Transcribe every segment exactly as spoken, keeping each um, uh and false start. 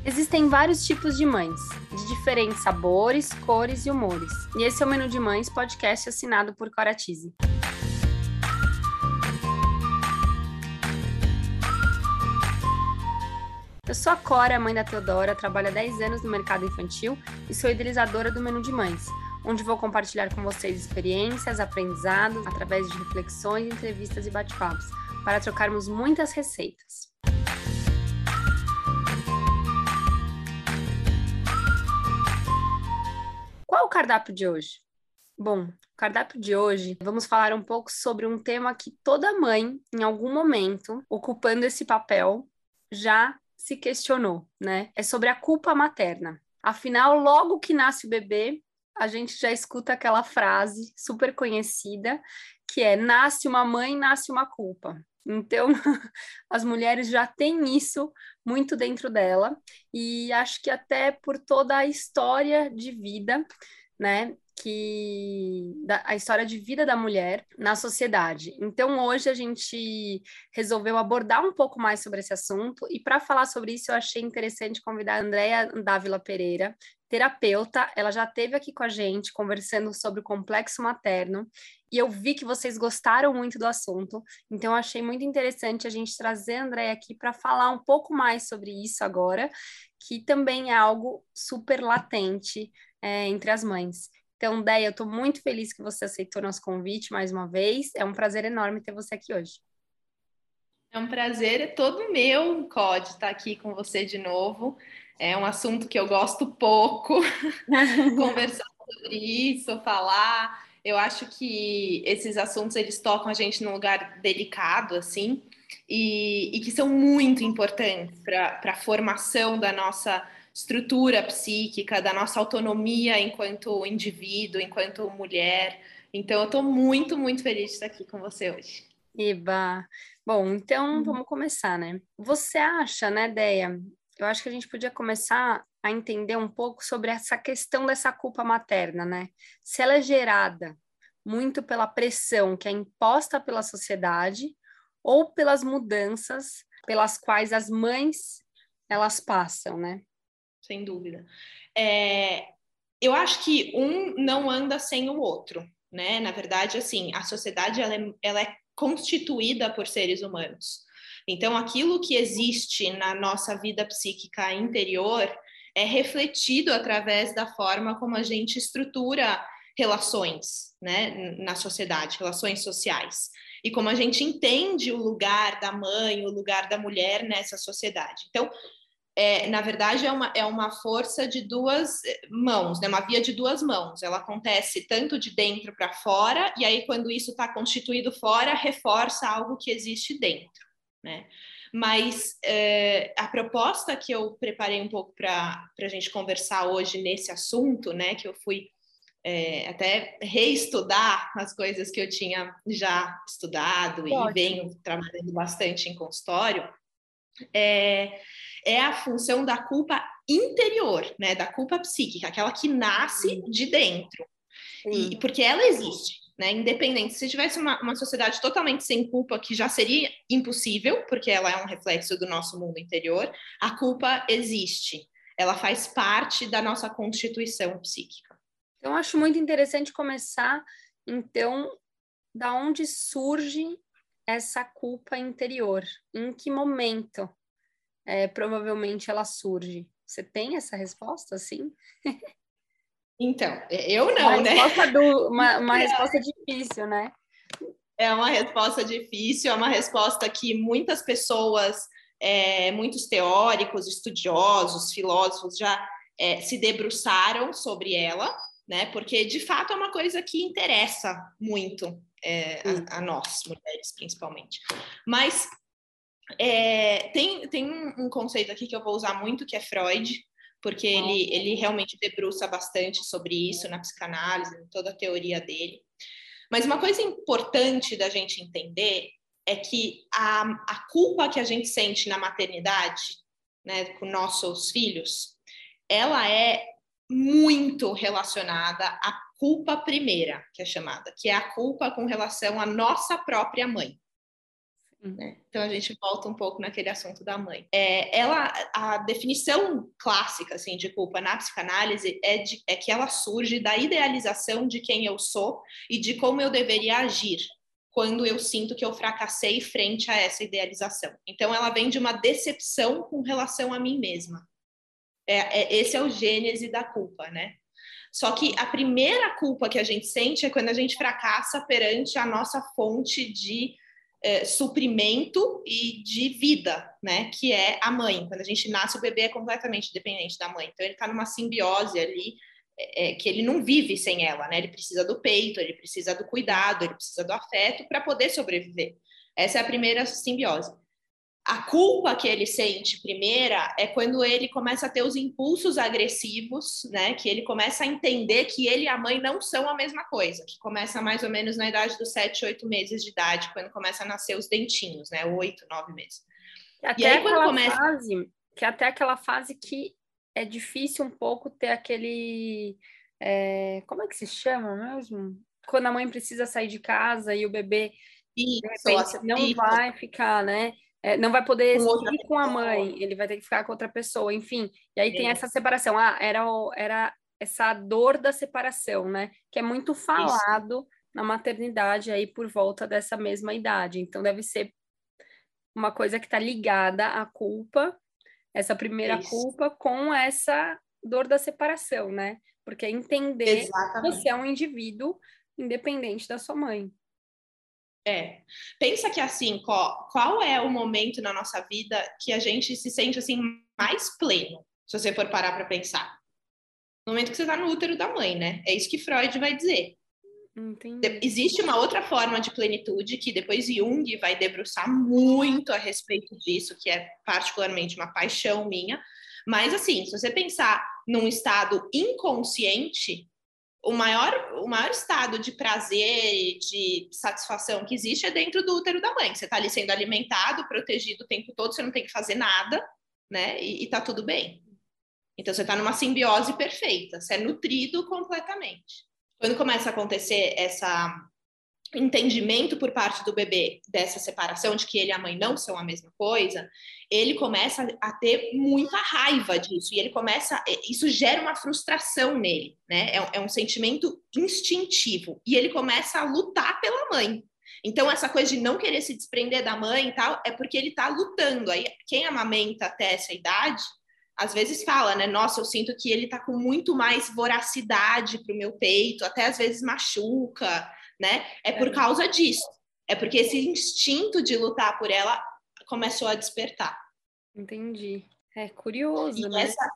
Existem vários tipos de mães, de diferentes sabores, cores e humores. E esse é o Menu de Mães, podcast assinado por Cora Tizzi. Eu sou a Cora, mãe da Teodora, trabalho há dez anos no mercado infantil e sou idealizadora do Menu de Mães, onde vou compartilhar com vocês experiências, aprendizados, através de reflexões, entrevistas e bate-papos, para trocarmos muitas receitas. Qual o cardápio de hoje? Bom, o cardápio de hoje, vamos falar um pouco sobre um tema que toda mãe, em algum momento, ocupando esse papel, já se questionou, né? É sobre a culpa materna. Afinal, logo que nasce o bebê, a gente já escuta aquela frase super conhecida, que é: nasce uma mãe, nasce uma culpa. Então, as mulheres já têm isso muito dentro dela, e acho que até por toda a história de vida, né, que da, a história de vida da mulher na sociedade. Então, hoje a gente resolveu abordar um pouco mais sobre esse assunto, e para falar sobre isso, eu achei interessante convidar a Andréa Dávila Pereira, terapeuta. Ela já esteve aqui com a gente conversando sobre o complexo materno, e eu vi que vocês gostaram muito do assunto, então eu achei muito interessante a gente trazer a Andréa aqui para falar um pouco mais sobre isso agora, que também é algo super latente é, entre as mães. Então, Déia, eu estou muito feliz que você aceitou nosso convite mais uma vez. É um prazer enorme ter você aqui hoje. É um prazer, é todo meu, Code, estar aqui com você de novo. É um assunto que eu gosto pouco, conversar sobre isso, falar. Eu acho que esses assuntos, eles tocam a gente num lugar delicado, assim, e, e que são muito importantes para a formação da nossa estrutura psíquica, da nossa autonomia enquanto indivíduo, enquanto mulher. Então, eu estou muito, muito feliz de estar aqui com você hoje. Eba! Bom, então vamos começar, né? Você acha, né, Déia? Eu acho que a gente podia começar a entender um pouco sobre essa questão dessa culpa materna, né? Se ela é gerada muito pela pressão que é imposta pela sociedade ou pelas mudanças pelas quais as mães elas passam, né? Sem dúvida. É, eu acho que um não anda sem o outro, né? Na verdade, assim, a sociedade ela é, ela é constituída por seres humanos. Então, aquilo que existe na nossa vida psíquica interior é refletido através da forma como a gente estrutura relações, né, na sociedade, relações sociais. E como a gente entende o lugar da mãe, o lugar da mulher nessa sociedade. Então, É, na verdade, é uma, é uma força de duas mãos, né? Uma via de duas mãos. Ela acontece tanto de dentro para fora, e aí, quando isso está constituído fora, reforça algo que existe dentro, né? Mas é, a proposta que eu preparei um pouco para a gente conversar hoje nesse assunto, né? Que eu fui é, até reestudar as coisas que eu tinha já estudado e venho trabalhando bastante em consultório, é, é a função da culpa interior, né? Da culpa psíquica, aquela que nasce de dentro. E, porque ela existe, né? Independente. Se tivesse uma, uma sociedade totalmente sem culpa, que já seria impossível, porque ela é um reflexo do nosso mundo interior, a culpa existe. Ela faz parte da nossa constituição psíquica. Então, acho muito interessante começar, então, da onde surge essa culpa interior? Em que momento é, provavelmente ela surge? Você tem essa resposta, sim? Então, eu não, uma né? Resposta do, uma, uma resposta difícil, né? É uma resposta difícil, é uma resposta que muitas pessoas, é, muitos teóricos, estudiosos, filósofos já é, se debruçaram sobre ela, né? Porque de fato é uma coisa que interessa muito é, a, a nós, mulheres, principalmente. Mas é, tem, tem um conceito aqui que eu vou usar muito, que é Freud, porque ele, ele realmente debruça bastante sobre isso na psicanálise, em toda a teoria dele. Mas uma coisa importante da gente entender é que a, a culpa que a gente sente na maternidade, né, com nossos filhos, ela é muito relacionada à culpa primeira, que é chamada, que é a culpa com relação à nossa própria mãe. Né? Então a gente volta um pouco naquele assunto da mãe. É, ela, a definição clássica assim, de culpa na psicanálise é, de, é que ela surge da idealização de quem eu sou e de como eu deveria agir quando eu sinto que eu fracassei frente a essa idealização. Então ela vem de uma decepção com relação a mim mesma. É, é, esse é o gênese da culpa, né? Só que a primeira culpa que a gente sente é quando a gente fracassa perante a nossa fonte de É, suprimento e de vida, né? Que é a mãe. Quando a gente nasce, o bebê é completamente dependente da mãe. Então ele está numa simbiose ali é, é, que ele não vive sem ela, né? Ele precisa do peito, ele precisa do cuidado, ele precisa do afeto para poder sobreviver. Essa é a primeira simbiose. A culpa que ele sente primeira é quando ele começa a ter os impulsos agressivos, né? Que ele começa a entender que ele e a mãe não são a mesma coisa, que começa mais ou menos na idade dos sete, oito meses de idade, quando começa a nascer os dentinhos, né? Oito, nove meses. Até E aí quando aquela começa... fase, que é até aquela fase que é difícil um pouco ter aquele... É, como é que se chama mesmo? Quando a mãe precisa sair de casa e o bebê, de repente, Isso, não isso, vai ficar, né? É, não vai poder com outra ir com a pessoa. mãe, ele vai ter que ficar com outra pessoa, enfim. E aí tem essa Isso, separação. Ah, era, o- era essa dor da separação, né? Que é muito isso, falado na maternidade aí por volta dessa mesma idade. Então deve ser uma coisa que está ligada à culpa, essa primeira isso. culpa, com essa dor da separação, né? Porque é entender que você é Exatamente. um indivíduo independente da sua mãe. É. Pensa que assim, qual, qual é o momento na nossa vida que a gente se sente assim mais pleno, se você for parar para pensar? No momento que você está no útero da mãe, né? É isso que Freud vai dizer. De- Entendi. existe uma outra forma de plenitude que depois Jung vai debruçar muito a respeito disso, que é particularmente uma paixão minha. Mas assim, se você pensar num estado inconsciente, o maior, o maior estado de prazer e de satisfação que existe é dentro do útero da mãe. Você está ali sendo alimentado, protegido o tempo todo, você não tem que fazer nada, né? E, e tá tudo bem. Então você está numa simbiose perfeita, você é nutrido completamente. Quando começa a acontecer essa entendimento por parte do bebê dessa separação, de que ele e a mãe não são a mesma coisa, ele começa a ter muita raiva disso, e ele começa, isso gera uma frustração nele, né? É, é um sentimento instintivo, e ele começa a lutar pela mãe. Então, essa coisa de não querer se desprender da mãe e tal, é porque ele tá lutando. Aí, quem amamenta até essa idade, às vezes fala, né? Nossa, eu sinto que ele tá com muito mais voracidade pro meu peito, até às vezes machuca, né? É por É, causa disso. É porque esse instinto de lutar por ela começou a despertar. entendi. É E curioso, né? essa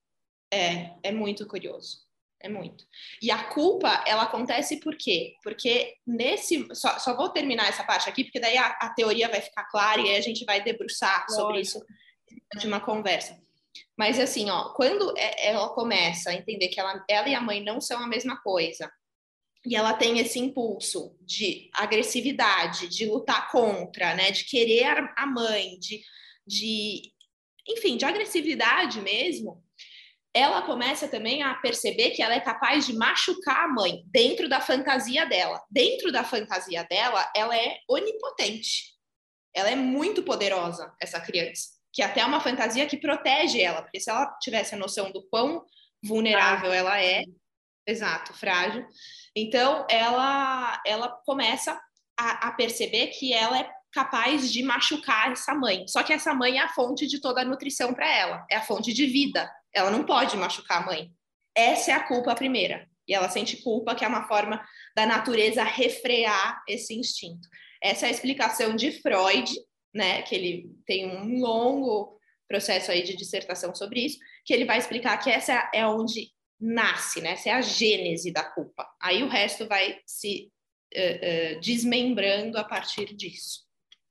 é, é muito curioso. É muito. E a culpa, ela acontece por quê? Porque nesse. Só, só vou terminar essa parte aqui, porque daí a, a teoria vai ficar clara e aí a gente vai debruçar sobre isso Lógico. de uma conversa. Mas assim, ó, quando ela começa a entender que ela, ela e a mãe não são a mesma coisa, e ela tem esse impulso de agressividade, de lutar contra, né, de querer a mãe, de, de enfim, de agressividade mesmo, ela começa também a perceber que ela é capaz de machucar a mãe dentro da fantasia dela. Dentro da fantasia dela, ela é onipotente. Ela é muito poderosa, essa criança. Que até é uma fantasia que protege ela, porque se ela tivesse a noção do quão vulnerável Ah, ela é, exato, frágil. Então, ela, ela começa a, a perceber que ela é capaz de machucar essa mãe. Só que essa mãe é a fonte de toda a nutrição para ela, é a fonte de vida. Ela não pode machucar a mãe. Essa é a culpa primeira. E ela sente culpa, que é uma forma da natureza refrear esse instinto. Essa é a explicação de Freud, né? Que ele tem um longo processo aí de dissertação sobre isso, que ele vai explicar que essa é onde nasce, né? Essa é a gênese da culpa. Aí o resto vai se uh, uh, desmembrando a partir disso.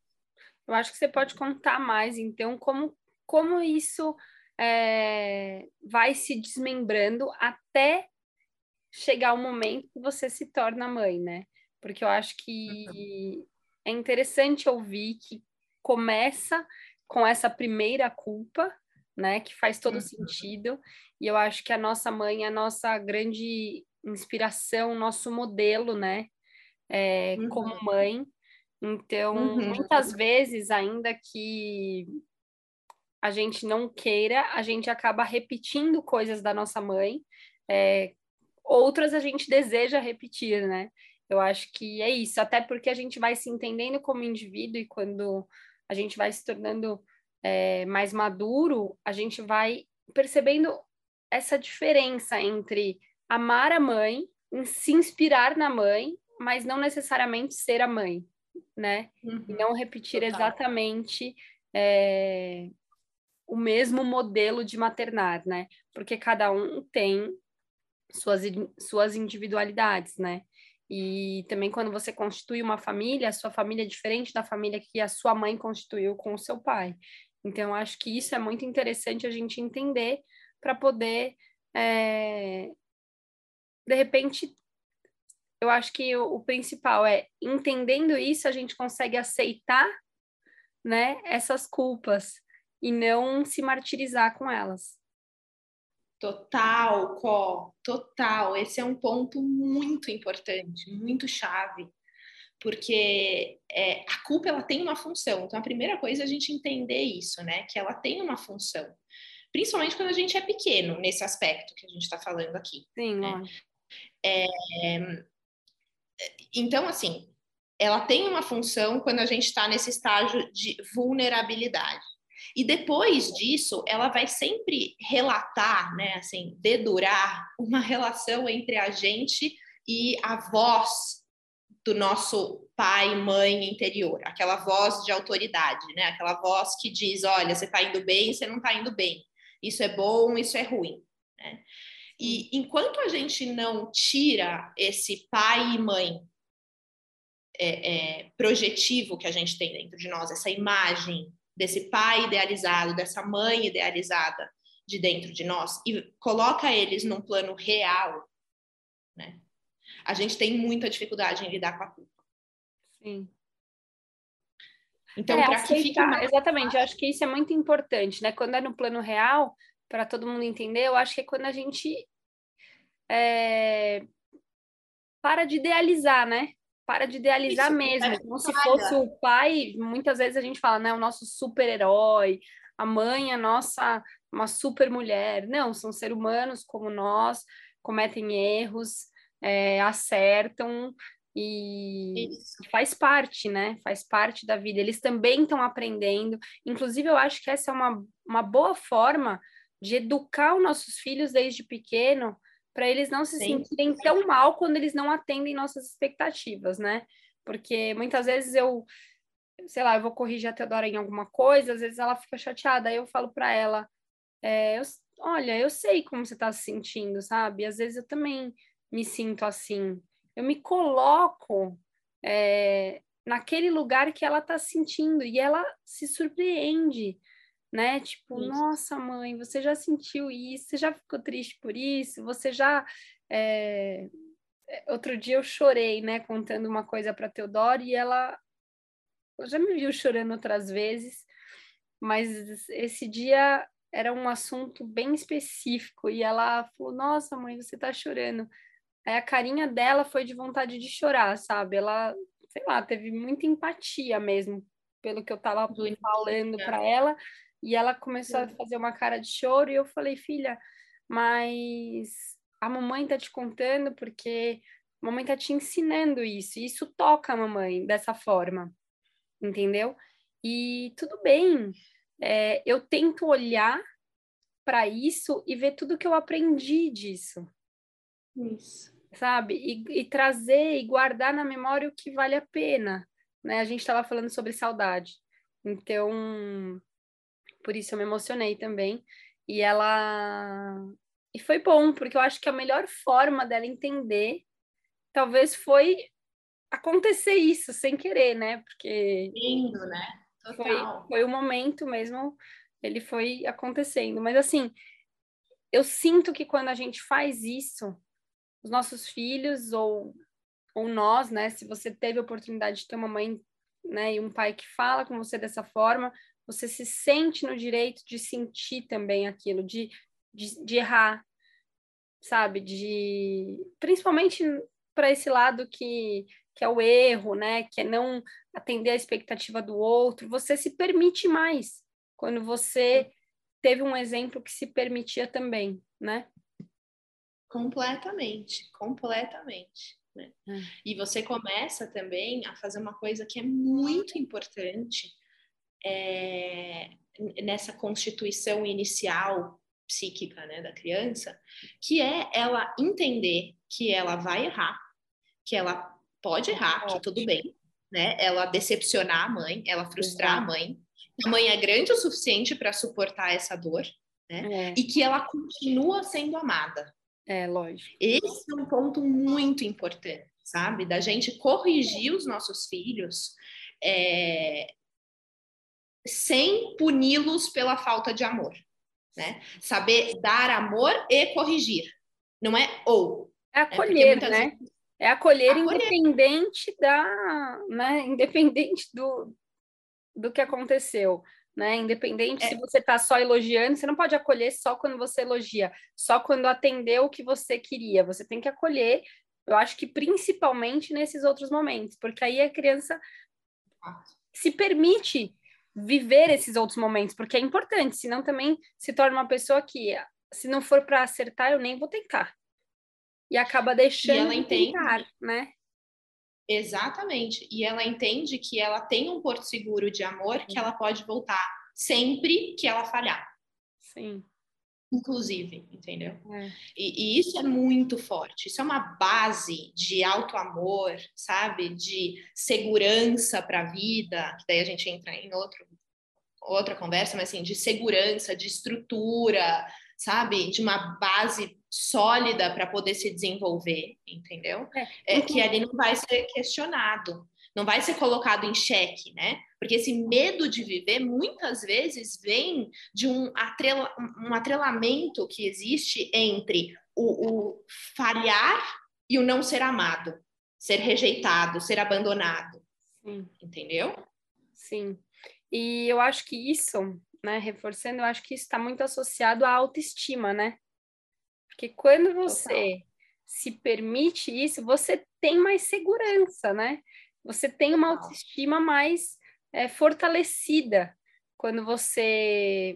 eu acho que você pode contar mais, então, como, como isso é, vai se desmembrando até chegar o momento que você se torna mãe, né? Porque eu acho que é interessante ouvir que começa com essa primeira culpa, né? Que faz todo sentido. E eu acho que a nossa mãe é a nossa grande inspiração, nosso modelo, né? É, como Uhum. mãe. Então, Uhum. muitas vezes, ainda que a gente não queira, a gente acaba repetindo coisas da nossa mãe, é, outras a gente deseja repetir, né? Eu acho que é isso, até porque a gente vai se entendendo como indivíduo e quando a gente vai se tornando é, mais maduro, a gente vai percebendo essa diferença entre amar a mãe, se inspirar na mãe, mas não necessariamente ser a mãe, né? Uhum. E não repetir Total. exatamente é, o mesmo modelo de maternar, né? Porque cada um tem suas, suas individualidades, né? E também quando você constitui uma família, a sua família é diferente da família que a sua mãe constituiu com o seu pai. Então, eu acho que isso é muito interessante a gente entender para poder, é... de repente, eu acho que o, o principal é, entendendo isso, a gente consegue aceitar, né, essas culpas e não se martirizar com elas. Total, Có, total. Esse é um ponto muito importante, muito chave, porque é, a culpa ela tem uma função. Então, a primeira coisa é a gente entender isso, né? Que ela tem uma função, principalmente quando a gente é pequeno, nesse aspecto que a gente está falando aqui. Sim, Né? lógico. É, então, assim, ela tem uma função quando a gente está nesse estágio de vulnerabilidade. E depois disso, ela vai sempre relatar, né, assim, dedurar uma relação entre a gente e a voz do nosso pai, mãe interior, aquela voz de autoridade, né, aquela voz que diz, olha, você está indo bem, você não está indo bem, isso é bom, isso é ruim, né? E enquanto a gente não tira esse pai e mãe é, é, projetivo que a gente tem dentro de nós, essa imagem desse pai idealizado, dessa mãe idealizada de dentro de nós, e coloca eles num plano real, né? A gente tem muita dificuldade em lidar com a culpa. Sim. Então, É, para que fique aceitar, mais exatamente, eu acho que isso é muito importante, né? Quando é no plano real, para todo mundo entender, eu acho que é quando a gente é, para de idealizar, né? Para de idealizar isso, mesmo, como se fosse o pai. Muitas vezes a gente fala, né? O nosso super-herói, a mãe, a nossa, uma super mulher. Não, são seres humanos como nós, cometem erros, é, acertam e isso. faz parte, né? Faz parte da vida. Eles também estão aprendendo. Inclusive, eu acho que essa é uma, uma boa forma de educar os nossos filhos desde pequeno para eles não se Sim. sentirem tão mal quando eles não atendem nossas expectativas, né? Porque muitas vezes eu, sei lá, eu vou corrigir a Teodora em alguma coisa, às vezes ela fica chateada, aí eu falo para ela, é, eu, olha, eu sei como você está se sentindo, sabe? Às vezes eu também me sinto assim. Eu me coloco é, naquele lugar que ela está sentindo e ela se surpreende, né? Tipo, Isso. nossa, mãe, você já sentiu isso? Você já ficou triste por isso? Você já. é, Outro dia eu chorei, né, contando uma coisa para Teodoro e ela já me viu chorando outras vezes, mas esse dia era um assunto bem específico e ela falou: Nossa, mãe, você tá chorando. Aí a carinha dela foi de vontade de chorar, sabe? Ela, sei lá, teve muita empatia mesmo pelo que eu tava falando para ela, e ela começou a fazer uma cara de choro e eu falei: Filha, mas a mamãe tá te contando porque a mamãe tá te ensinando isso, e isso toca a mamãe dessa forma, entendeu? E tudo bem, é, eu tento olhar para isso e ver tudo que eu aprendi disso, Isso. sabe? E, e trazer e guardar na memória o que vale a pena, né? A gente estava falando sobre saudade, então por isso eu me emocionei também. E ela e foi bom, porque eu acho que a melhor forma dela entender talvez foi acontecer isso sem querer, né? Porque Lindo, né? foi Total. foi o momento mesmo, ele foi acontecendo. Mas assim, eu sinto que quando a gente faz isso, os nossos filhos ou ou nós, né, se você teve a oportunidade de ter uma mãe, né, e um pai que fala com você dessa forma, você se sente no direito de sentir também aquilo, de, de, de errar, sabe? De principalmente para esse lado que que é o erro, né? Que é não atender a expectativa do outro. Você se permite mais quando você teve um exemplo que se permitia também, né? Completamente, completamente. Né? É. E você começa também a fazer uma coisa que é muito importante é, nessa constituição inicial psíquica, né, da criança, que é ela entender que ela vai errar, que ela pode errar, que tudo bem, né? Ela decepcionar a mãe, ela frustrar Exato. a mãe. A mãe é grande o suficiente para suportar essa dor, né? É. E que ela continua sendo amada. É, lógico. Esse é um ponto muito importante, sabe? Da gente corrigir os nossos filhos é, sem puni-los pela falta de amor, né? Saber dar amor e corrigir. Não é ou. É acolher, né? né? Vezes... É acolher, acolher independente da, né? Independente do, do que aconteceu. Né? Independente é. se você está só elogiando, você não pode acolher só quando você elogia, só quando atendeu o que você queria. Você tem que acolher, eu acho que principalmente nesses outros momentos, porque aí a criança se permite viver esses outros momentos, porque é importante, senão também se torna uma pessoa que, se não for para acertar, eu nem vou tentar. E acaba deixando e ela de entende... tentar, né? Exatamente. E ela entende que ela tem um porto seguro de amor que ela pode voltar sempre que ela falhar. Sim. Inclusive, entendeu? É. E, e isso é muito forte. Isso é uma base de auto-amor, sabe? De segurança para a vida. Que daí a gente entra em outro, outra conversa, mas assim, de segurança, de estrutura, sabe? De uma base sólida para poder se desenvolver, entendeu? É, é, que ali não vai ser questionado, não vai ser colocado em xeque, né? Porque esse medo de viver muitas vezes vem de um, atrela, um atrelamento que existe entre o, o falhar e o não ser amado, ser rejeitado, ser abandonado. Sim. Entendeu? Sim. E eu acho que isso, né, reforçando, eu acho que isso está muito associado à autoestima, né? Porque quando você Total. se permite isso, você tem mais segurança, né? Você tem uma Total. autoestima mais é, fortalecida quando você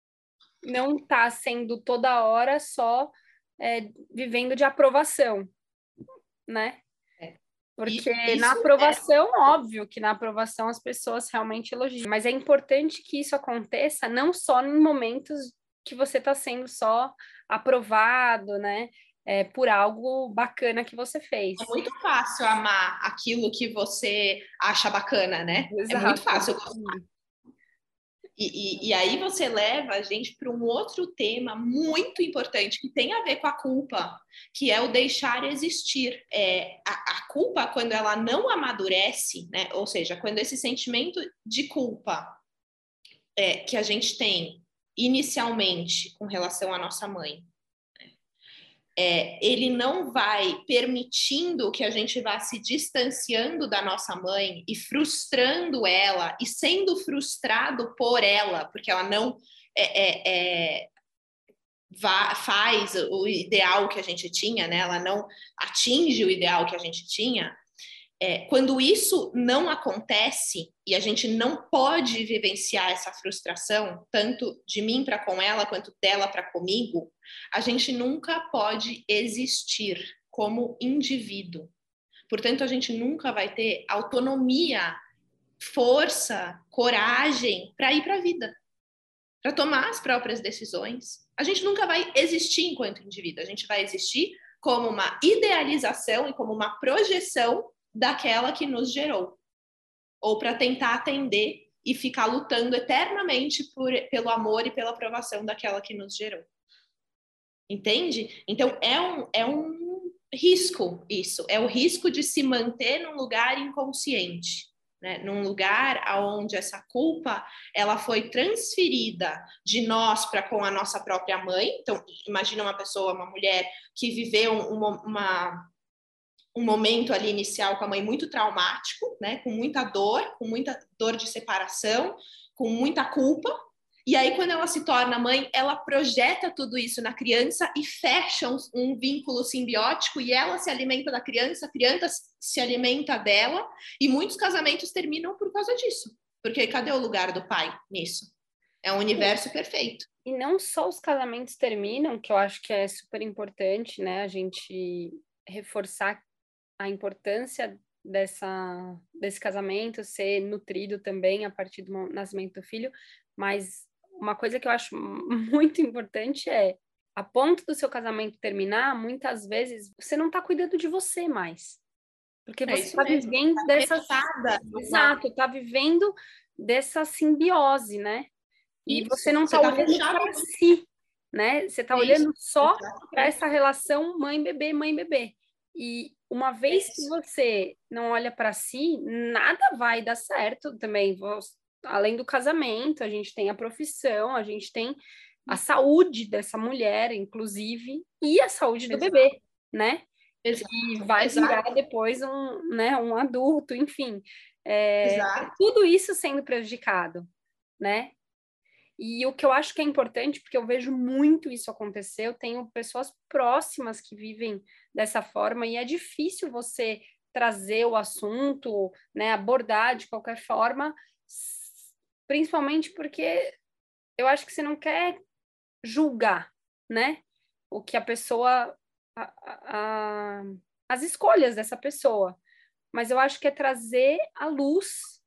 não está sendo toda hora só é, vivendo de aprovação, né? É. Porque isso na aprovação, é... óbvio que na aprovação as pessoas realmente elogiam, mas é importante que isso aconteça não só em momentos que você está sendo só aprovado, né, é, por algo bacana que você fez. É muito fácil amar aquilo que você acha bacana, né? Exato. É muito fácil gostar. E, e, e aí você leva a gente para um outro tema muito importante que tem a ver com a culpa, que é o deixar existir. É, a, a culpa, quando ela não amadurece, né? Ou seja, quando esse sentimento de culpa é, que a gente tem inicialmente com relação à nossa mãe, É, ele não vai permitindo que a gente vá se distanciando da nossa mãe e frustrando ela e sendo frustrado por ela, porque ela não é, é, é, vá, faz o ideal que a gente tinha, né? Ela não atinge o ideal que a gente tinha. É, quando isso não acontece e a gente não pode vivenciar essa frustração, tanto de mim para com ela, quanto dela para comigo, a gente nunca pode existir como indivíduo. Portanto, a gente nunca vai ter autonomia, força, coragem para ir para a vida, para tomar as próprias decisões. A gente nunca vai existir enquanto indivíduo, a gente vai existir como uma idealização e como uma projeção daquela que nos gerou, ou para tentar atender e ficar lutando eternamente por, pelo amor e pela aprovação daquela que nos gerou. Entende? Então, é um, é um risco isso, é o risco de se manter num lugar inconsciente, né? Num lugar onde essa culpa ela foi transferida de nós para com a nossa própria mãe. Então, imagina uma pessoa, uma mulher que viveu uma, uma um momento ali inicial com a mãe muito traumático, né? Com muita dor, com muita dor de separação, com muita culpa, E aí, quando ela se torna mãe, ela projeta tudo isso na criança e fecha um, um vínculo simbiótico, e ela se alimenta da criança, a criança se alimenta dela, e muitos casamentos terminam por causa disso. Porque cadê o lugar do pai nisso? É um universo perfeito. E não só os casamentos terminam, que eu acho que é super importante, né? A gente reforçar a importância dessa, desse casamento ser nutrido também a partir do nascimento do filho, mas uma coisa que eu acho muito importante é, a ponto do seu casamento terminar, muitas vezes você não está cuidando de você mais. Porque você está é vivendo tá dessa... uma... Exato, está vivendo dessa simbiose, né? E Isso, você não está tá olhando para si, né? Você está olhando só para essa relação mãe-bebê, mãe-bebê. E uma vez é que você não olha para si, nada vai dar certo também. Além do casamento, a gente tem a profissão, a gente tem a saúde dessa mulher, inclusive, e a saúde do Exato. bebê, né? Exato. Que vai Exato. virar depois um, né, um adulto, enfim. É, tudo isso sendo prejudicado, né? E o que eu acho que é importante, porque eu vejo muito isso acontecer, eu tenho pessoas próximas que vivem dessa forma, e é difícil você trazer o assunto, né, abordar de qualquer forma, principalmente porque eu acho que você não quer julgar, né, o que a pessoa, a, a, as escolhas dessa pessoa, mas eu acho que é trazer a luz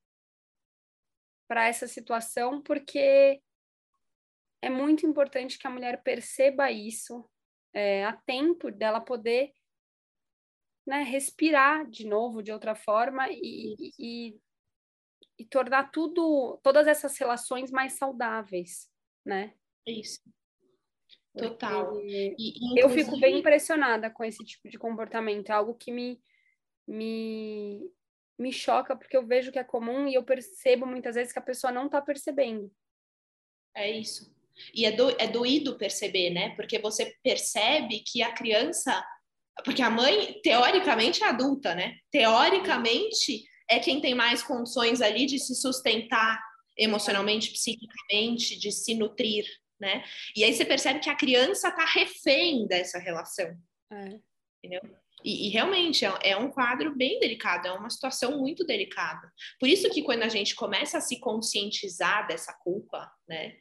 para essa situação, porque é muito importante que a mulher perceba isso é, a tempo dela poder, né, respirar de novo de outra forma e, e, e tornar tudo, todas essas relações mais saudáveis, né? Isso. Total. E, e, eu fico bem impressionada com esse tipo de comportamento, é algo que me, me, me choca, porque eu vejo que é comum e eu percebo muitas vezes que a pessoa não está percebendo. É isso. E é, do, é doído perceber, né? Porque você percebe que a criança... Porque a mãe, teoricamente, é adulta, né? Teoricamente, é quem tem mais condições ali de se sustentar emocionalmente, psiquicamente, de se nutrir, né? E aí você percebe que a criança tá refém dessa relação. É. Entendeu? E, e realmente é, é um quadro bem delicado, é uma situação muito delicada. Por isso que quando a gente começa a se conscientizar dessa culpa, né,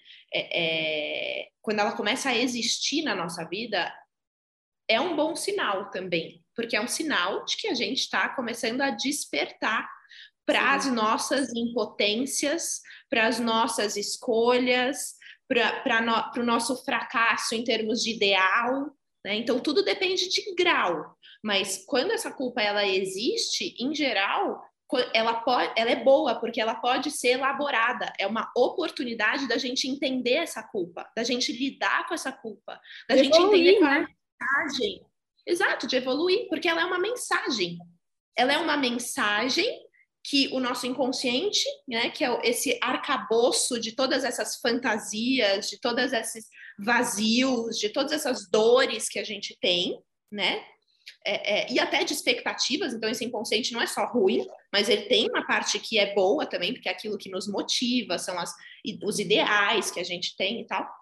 é, é, quando ela começa a existir na nossa vida, é um bom sinal também, porque é um sinal de que a gente está começando a despertar para as nossas impotências, para as nossas escolhas, para no, o nosso fracasso em termos de ideal, né? Então tudo depende de grau, mas quando essa culpa ela existe, em geral, ela, pode, ela é boa, porque ela pode ser elaborada, é uma oportunidade da gente entender essa culpa, da gente lidar com essa culpa, da de gente evoluir, entender qual né? é a mensagem. Exato, de evoluir, porque ela é uma mensagem. Ela é uma mensagem que o nosso inconsciente, né, que é esse arcabouço de todas essas fantasias, de todos esses vazios, de todas essas dores que a gente tem, né, é, é, e até de expectativas. Então esse inconsciente não é só ruim, mas ele tem uma parte que é boa também, porque é aquilo que nos motiva, são as, os ideais que a gente tem e tal.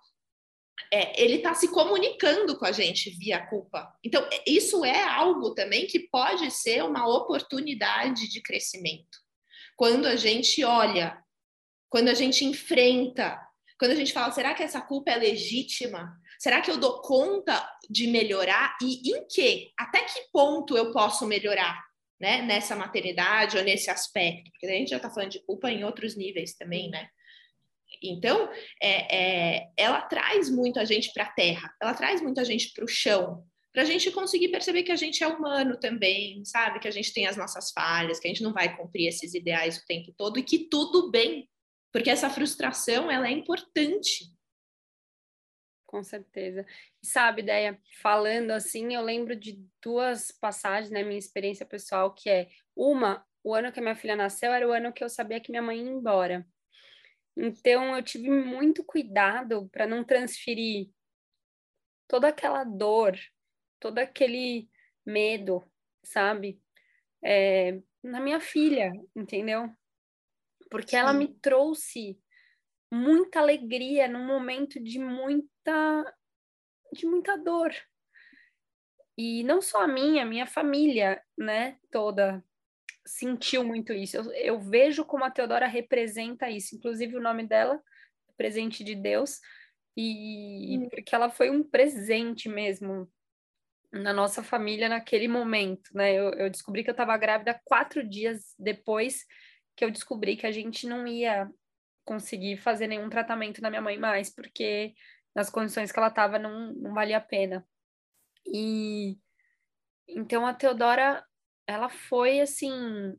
É, ele está se comunicando com a gente via culpa. Então, isso é algo também que pode ser uma oportunidade de crescimento. Quando a gente olha, quando a gente enfrenta, quando a gente fala, será que essa culpa é legítima? Será que eu dou conta de melhorar? E em que? Até que ponto eu posso melhorar, né? Nessa maternidade ou nesse aspecto? Porque a gente já está falando de culpa em outros níveis também, né? Então, é, é, ela traz muito a gente para a terra, ela traz muito a gente para o chão, para a gente conseguir perceber que a gente é humano também, sabe? Que a gente tem as nossas falhas, que a gente não vai cumprir esses ideais o tempo todo e que tudo bem, porque essa frustração, ela é importante. Com certeza. E sabe, Déia, falando assim, eu lembro de duas passagens, né, minha experiência pessoal, que é uma, o ano que minha filha nasceu era o ano que eu sabia que minha mãe ia embora. Então, eu tive muito cuidado para não transferir toda aquela dor, todo aquele medo, sabe? É, na minha filha, entendeu? Porque ela me trouxe muita alegria num momento de muita, de muita dor. E não só a minha, a minha família, né, toda sentiu muito isso. Eu, eu vejo como a Teodora representa isso. Inclusive o nome dela, Presente de Deus, e Hum. porque ela foi um presente mesmo na nossa família naquele momento, né? Eu, eu descobri que eu estava grávida quatro dias depois que eu descobri que a gente não ia conseguir fazer nenhum tratamento na minha mãe mais, porque nas condições que ela estava não, não valia a pena. E então a Teodora, ela foi assim,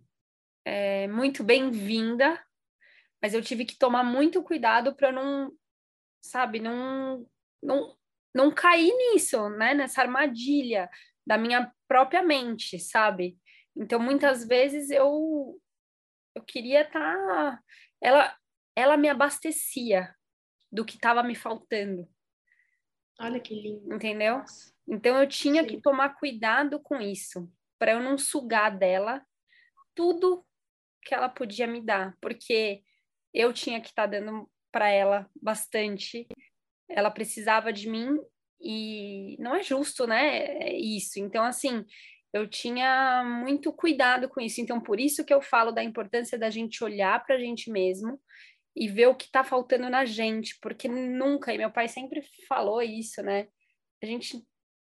é, muito bem-vinda, mas eu tive que tomar muito cuidado para não, sabe, não, não, não cair nisso, né? Nessa armadilha da minha própria mente, sabe? Então muitas vezes eu eu queria estar, tá... ela ela me abastecia do que estava me faltando. Olha que lindo. Entendeu? Nossa. Então eu tinha que Sim. tomar cuidado com isso, para eu não sugar dela tudo que ela podia me dar, porque eu tinha que estar tá dando para ela bastante, ela precisava de mim e não é justo, né? É isso. Então, assim, eu tinha muito cuidado com isso. Então, por isso que eu falo da importância da gente olhar para a gente mesmo e ver o que está faltando na gente, porque nunca, e meu pai sempre falou isso, né? A gente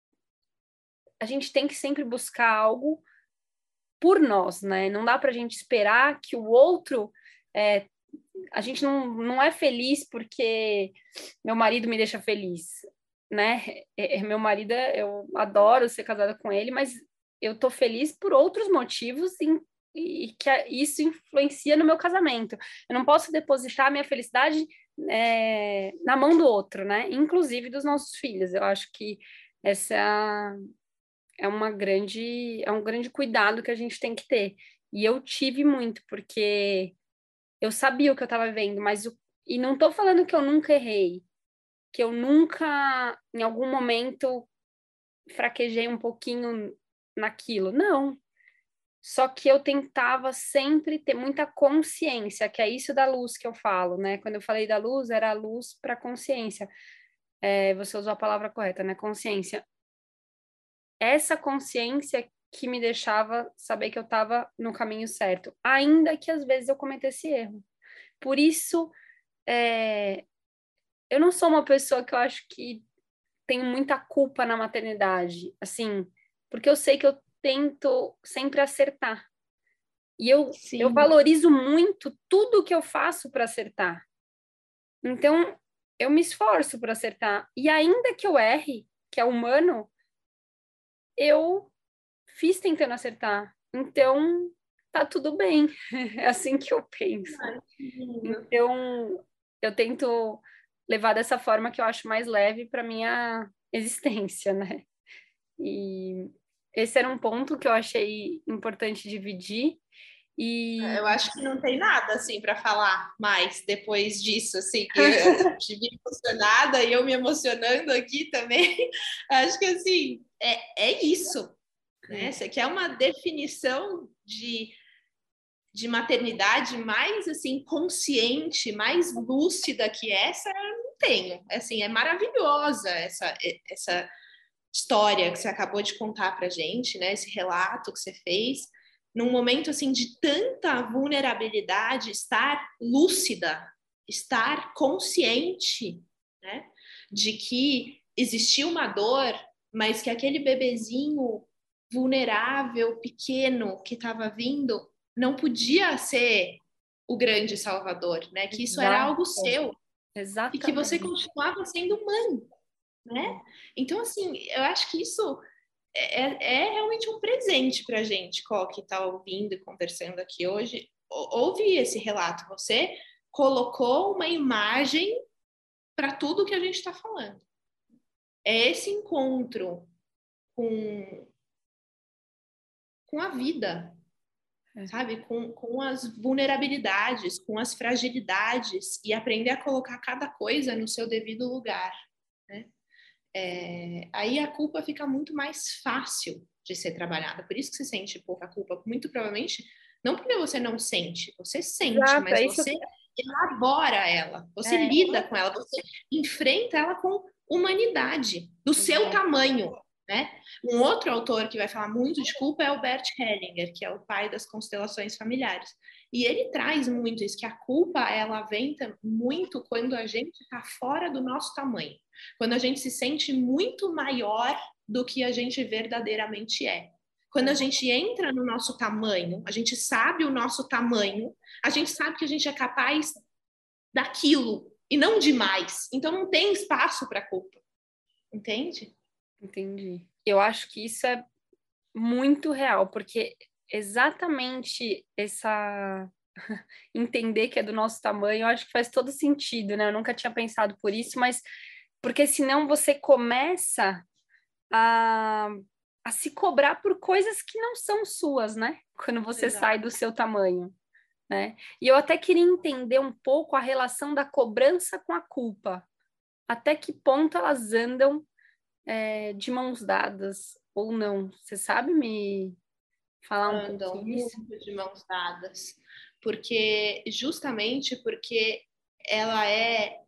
a gente tem que sempre buscar algo por nós, né? Não dá para a gente esperar que o outro. É, a gente não, não é feliz porque meu marido me deixa feliz, né? É, é, meu marido, eu adoro ser casada com ele, mas eu tô feliz por outros motivos em, e que isso influencia no meu casamento. Eu não posso depositar a minha felicidade é, na mão do outro, né? Inclusive dos nossos filhos. Eu acho que essa é uma grande, é um grande cuidado que a gente tem que ter. E eu tive muito, porque eu sabia o que eu estava vendo, mas o, e não estou falando que eu nunca errei, que eu nunca, em algum momento, fraquejei um pouquinho naquilo. Não. Só que eu tentava sempre ter muita consciência, que é isso da luz que eu falo, né? Quando eu falei da luz, era a luz para consciência. É, você usou a palavra correta, né? Consciência. Essa consciência que me deixava saber que eu estava no caminho certo, ainda que às vezes eu cometesse erro. Por isso, é, eu não sou uma pessoa que eu acho que tem muita culpa na maternidade, assim, porque eu sei que eu tento sempre acertar. E eu, eu Sim. valorizo muito tudo que eu faço para acertar. Então, eu me esforço para acertar. E ainda que eu erre, que é humano, eu fiz tentando acertar. Então, tá tudo bem. É assim que eu penso. Ai, que lindo. Então, eu tento levar dessa forma que eu acho mais leve para minha existência, né? E esse era um ponto que eu achei importante dividir. E Eu acho que não tem nada assim para falar mais depois disso, assim, eu te vi emocionada e eu me emocionando aqui também. Acho que assim é, é isso, né? Você quer uma definição de, de maternidade mais assim consciente, mais lúcida que essa, eu não tenho. Assim, é maravilhosa essa essa história que você acabou de contar para gente, né? Esse relato que você fez num momento assim de tanta vulnerabilidade, estar lúcida, estar consciente, né, de que existia uma dor, mas que aquele bebezinho vulnerável, pequeno que estava vindo, não podia ser o grande salvador, né? Que isso era algo exato, seu e que você exatamente. continuava sendo mãe, né? Então, assim, eu acho que isso é, é realmente um presente para a gente, Có, que está ouvindo e conversando aqui hoje. Ouve esse relato. Você colocou uma imagem para tudo que a gente está falando. É esse encontro com, com a vida, É. sabe? Com, com as vulnerabilidades, com as fragilidades e aprender a colocar cada coisa no seu devido lugar, né? É, aí a culpa fica muito mais fácil de ser trabalhada. Por isso que você sente pouca culpa. Muito provavelmente, não porque você não sente, você sente, Exato, mas é isso, você elabora ela, você É. lida com ela, você enfrenta ela com humanidade, do seu É. tamanho, né? Um outro autor que vai falar muito de culpa é o Bert Hellinger, que é o pai das constelações familiares. E ele traz muito isso, que a culpa, ela vem muito quando a gente está fora do nosso tamanho. Quando a gente se sente muito maior do que a gente verdadeiramente é. Quando a gente entra no nosso tamanho, a gente sabe o nosso tamanho, a gente sabe que a gente é capaz daquilo e não de mais. Então não tem espaço para culpa. Entende? Entendi. Eu acho que isso é muito real, porque exatamente essa entender que é do nosso tamanho, eu acho que faz todo sentido, né? Eu nunca tinha pensado por isso, mas porque senão você começa a, a se cobrar por coisas que não são suas, né? Quando você Exato. sai do seu tamanho, né? E eu até queria entender um pouco a relação da cobrança com a culpa. Até que ponto elas andam é, de mãos dadas ou não? Você sabe me falar um pouco Andam sobre isso? muito de mãos dadas. Porque, justamente porque ela é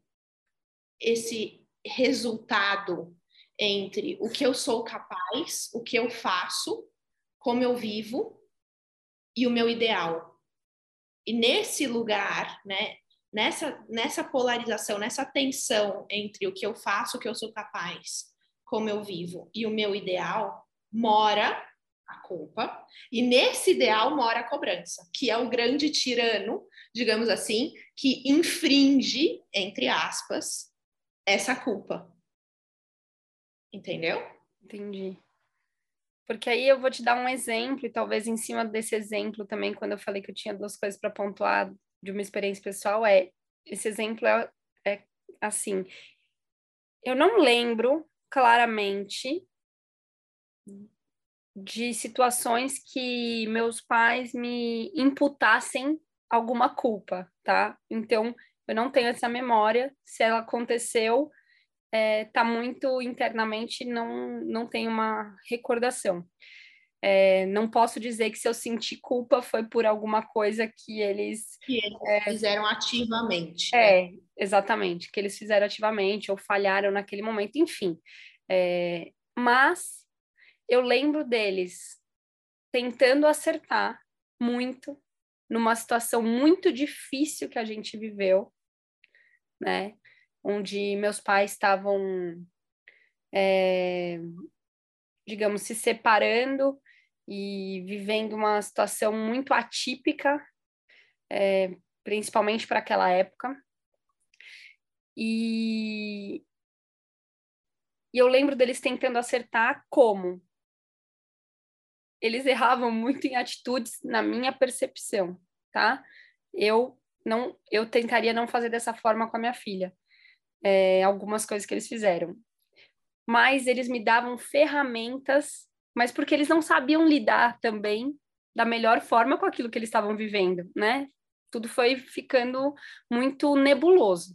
esse resultado entre o que eu sou capaz, o que eu faço, como eu vivo e o meu ideal. E nesse lugar, né, nessa, nessa polarização, nessa tensão entre o que eu faço, o que eu sou capaz, como eu vivo e o meu ideal, mora a culpa. E nesse ideal mora a cobrança, que é o grande tirano, digamos assim, que infringe, entre aspas, essa culpa. Entendeu? Entendi. Porque aí eu vou te dar um exemplo, e talvez em cima desse exemplo também, quando eu falei que eu tinha duas coisas para pontuar de uma experiência pessoal, é esse exemplo é, é assim, eu não lembro claramente de situações que meus pais me imputassem alguma culpa, tá? Então, eu não tenho essa memória, se ela aconteceu, é, tá muito internamente, não, não tenho uma recordação. É, não posso dizer que se eu senti culpa foi por alguma coisa que eles... Que eles é, fizeram ativamente, né? é, exatamente, que eles fizeram ativamente ou falharam naquele momento, enfim. É, mas eu lembro deles tentando acertar muito numa situação muito difícil que a gente viveu, né? Onde meus pais estavam, é, digamos, se separando e vivendo uma situação muito atípica, é, principalmente para aquela época. E, e eu lembro deles tentando acertar como? Eles erravam muito em atitudes na minha percepção, tá? Eu não, eu tentaria não fazer dessa forma com a minha filha. É, algumas coisas que eles fizeram. Mas eles me davam ferramentas, mas porque eles não sabiam lidar também da melhor forma com aquilo que eles estavam vivendo, né? Tudo foi ficando muito nebuloso.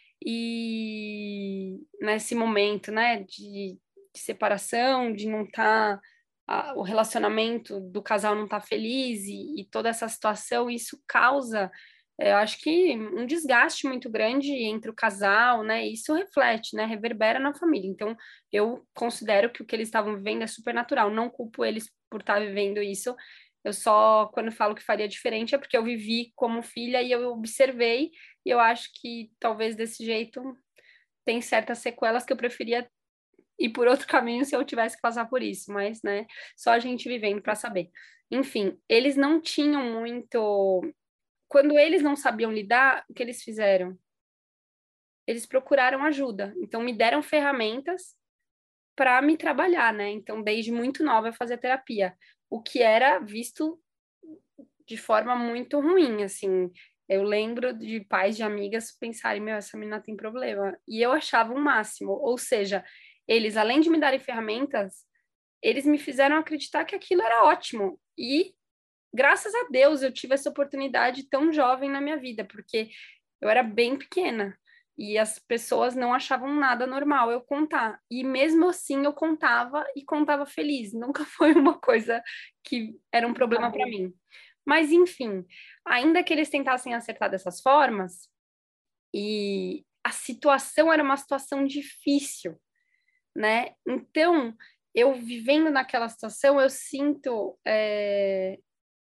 E nesse momento, né, de, de separação, de não estar, tá, o relacionamento do casal não tá feliz e, e toda essa situação, isso causa, eu acho que um desgaste muito grande entre o casal, né? E isso reflete, né? Reverbera na família. Então, eu considero que o que eles estavam vivendo é super natural. Não culpo eles por estar vivendo isso. Eu só, quando falo que faria diferente, é porque eu vivi como filha e eu observei, e eu acho que talvez desse jeito tem certas sequelas que eu preferia ir por outro caminho se eu tivesse que passar por isso, mas, né, só a gente vivendo para saber. Enfim, eles não tinham muito... Quando eles não sabiam lidar, o que eles fizeram? Eles procuraram ajuda, então me deram ferramentas para me trabalhar, né? Então, desde muito nova eu fazia terapia, o que era visto de forma muito ruim, assim. Eu lembro de pais de amigas pensarem, meu, essa menina tem problema. E eu achava o máximo. Ou seja, eles, além de me darem ferramentas, eles me fizeram acreditar que aquilo era ótimo. E, graças a Deus, eu tive essa oportunidade tão jovem na minha vida, porque eu era bem pequena. E as pessoas não achavam nada normal eu contar. E mesmo assim eu contava e contava feliz. Nunca foi uma coisa que era um problema para mim. Mas, enfim, ainda que eles tentassem acertar dessas formas, e a situação era uma situação difícil, né? Então, eu vivendo naquela situação, eu sinto... É...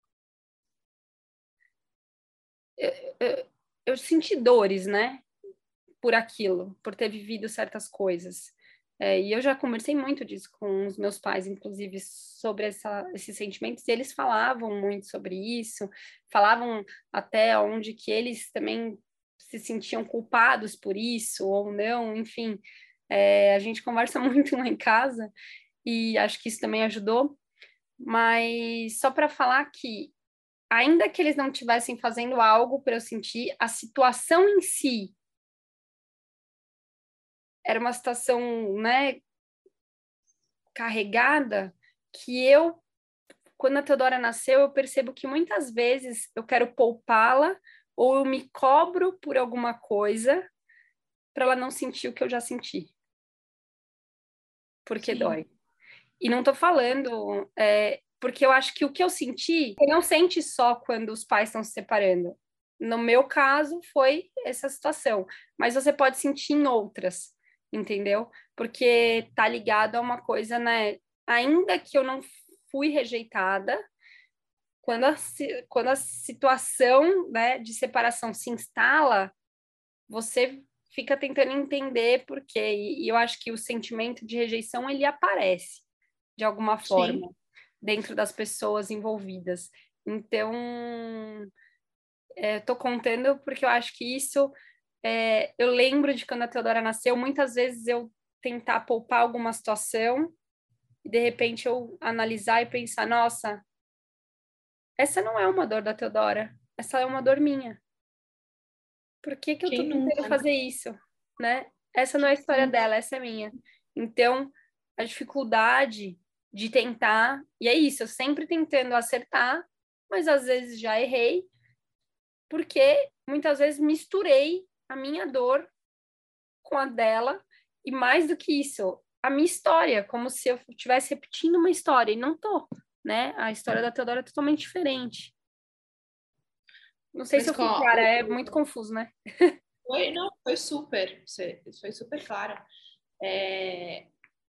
Eu, eu, eu senti dores, né? Por aquilo, por ter vivido certas coisas. É, e eu já conversei muito disso com os meus pais, inclusive, sobre essa, esses sentimentos, e eles falavam muito sobre isso, falavam até onde que eles também se sentiam culpados por isso, ou não, enfim. É, a gente conversa muito lá em casa, e acho que isso também ajudou, mas só para falar que, ainda que eles não estivessem fazendo algo para eu sentir, a situação em si era uma situação, né, carregada, que eu, quando a Teodora nasceu, eu percebo que muitas vezes eu quero poupá-la ou eu me cobro por alguma coisa para ela não sentir o que eu já senti. Porque Sim. dói. E não tô falando, é, porque eu acho que o que eu senti, você não sente só quando os pais estão se separando. No meu caso, foi essa situação. Mas você pode sentir em outras, entendeu? Porque tá ligado a uma coisa, né? Ainda que eu não fui rejeitada, quando a, quando a situação, né, de separação se instala, você fica tentando entender por quê. E, e eu acho que o sentimento de rejeição, ele aparece de alguma Sim. forma dentro das pessoas envolvidas. Então, é, eu tô contando porque eu acho que isso, é, eu lembro de quando a Teodora nasceu, muitas vezes eu tentar poupar alguma situação e de repente eu analisar e pensar, nossa, essa não é uma dor da Teodora, essa é uma dor minha. Por que que eu tô Quem tentando nunca, né? fazer isso, né? Essa não é a Quem história nunca? dela, essa é minha. Então, a dificuldade de tentar, e é isso, eu sempre tentando acertar, mas às vezes já errei, porque muitas vezes misturei a minha dor com a dela, e mais do que isso, a minha história, como se eu estivesse repetindo uma história, e não tô, né? A história da Teodora é totalmente diferente. Não sei se Mas eu fui ó, clara, o, é muito o- confuso, né? foi, não, foi super, você- foi super claro. É,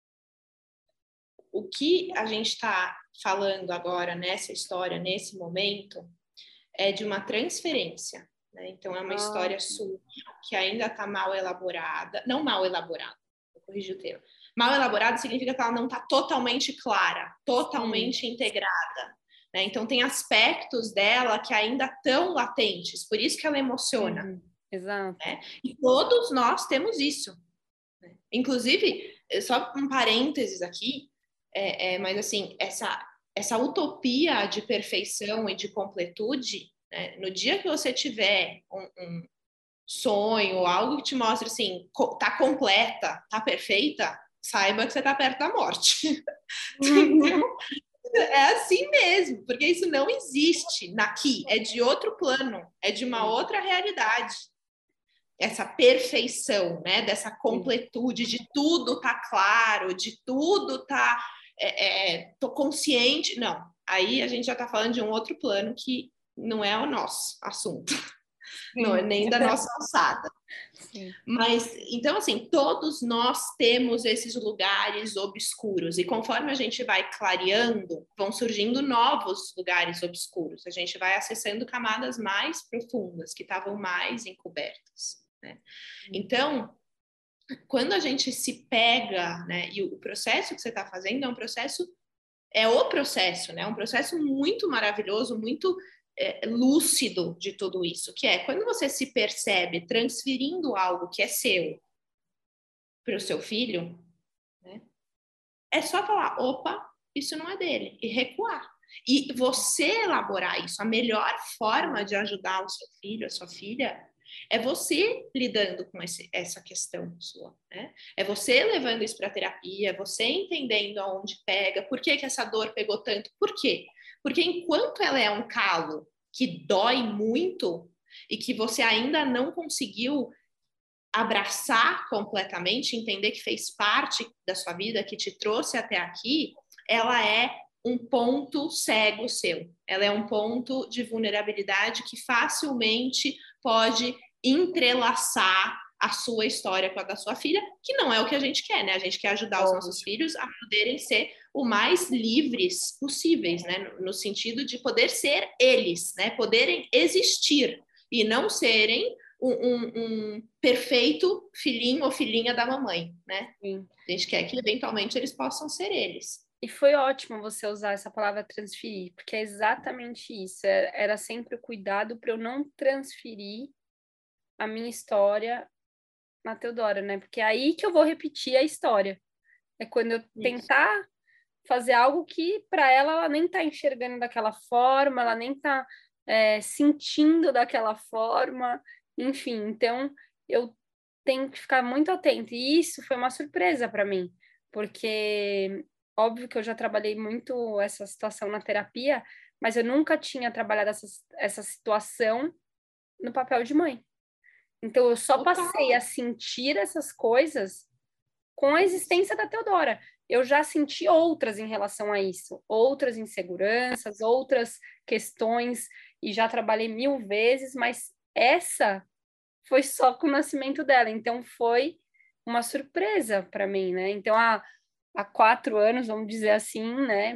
o que a gente está falando agora nessa história, nesse momento, é de uma transferência, né? Então, é uma Ah, história sua que ainda está mal elaborada, não mal elaborada, vou corrigir o termo. Mal elaborada significa que ela não está totalmente clara, sim, totalmente integrada, né? Então, tem aspectos dela que ainda estão latentes, por isso que ela emociona, uhum, exato. né? E todos nós temos isso, né? Inclusive, só um parênteses aqui, é, é, mas assim, essa, essa utopia de perfeição e de completude, né? No dia que você tiver um, um sonho, algo que te mostre assim, tá completa, tá perfeita, saiba que você tá perto da morte. Entendeu? É assim mesmo, porque isso não existe aqui, é de outro plano, é de uma Sim, outra realidade. Essa perfeição, né? Dessa sim. completude, de tudo tá claro, de tudo tá. É, é, tô consciente. Não, aí a gente já tá falando de um outro plano que não é o nosso assunto, não é Sim, nem da nossa alçada. sim. Mas, então, assim, todos nós temos esses lugares obscuros, e conforme a gente vai clareando, vão surgindo novos lugares obscuros, a gente vai acessando camadas mais profundas, que estavam mais encobertas, né? Então, quando a gente se pega, né, e o processo que você está fazendo é um processo, é o processo, né, um processo muito maravilhoso, muito é, lúcido de tudo isso, que é quando você se percebe transferindo algo que é seu para o seu filho, né, é só falar, opa, isso não é dele, e recuar. E você elaborar isso, a melhor forma de ajudar o seu filho, a sua filha, é você lidando com esse, essa questão sua, né? É você levando isso para terapia, é você entendendo aonde pega, por que, que essa dor pegou tanto, por quê? Porque enquanto ela é um calo que dói muito e que você ainda não conseguiu abraçar completamente, entender que fez parte da sua vida, que te trouxe até aqui, ela é um ponto cego seu. Ela é um ponto de vulnerabilidade que facilmente pode entrelaçar a sua história com a da sua filha, que não é o que a gente quer, né? A gente quer ajudar os nossos filhos a poderem ser o mais livres possíveis, né? No, no sentido de poder ser eles, né? Poderem existir e não serem um, um, um perfeito filhinho ou filhinha da mamãe, né? Sim. A gente quer que eventualmente eles possam ser eles. E foi ótimo você usar essa palavra transferir, porque é exatamente isso. Era sempre o cuidado para eu não transferir a minha história na Teodora, né? Porque é aí que eu vou repetir a história. É quando eu tentar isso. fazer algo que para ela ela nem tá enxergando daquela forma, ela nem tá é, sentindo daquela forma, enfim. Então eu tenho que ficar muito atenta. E isso foi uma surpresa para mim, porque óbvio que eu já trabalhei muito essa situação na terapia, mas eu nunca tinha trabalhado essa, essa situação no papel de mãe. Então, eu só Total. passei a sentir essas coisas com a existência da Teodora. Eu já senti outras em relação a isso, outras inseguranças, outras questões, e já trabalhei mil vezes, mas essa foi só com o nascimento dela. Então, foi uma surpresa para mim, né? Então, há, há quatro anos, vamos dizer assim, né?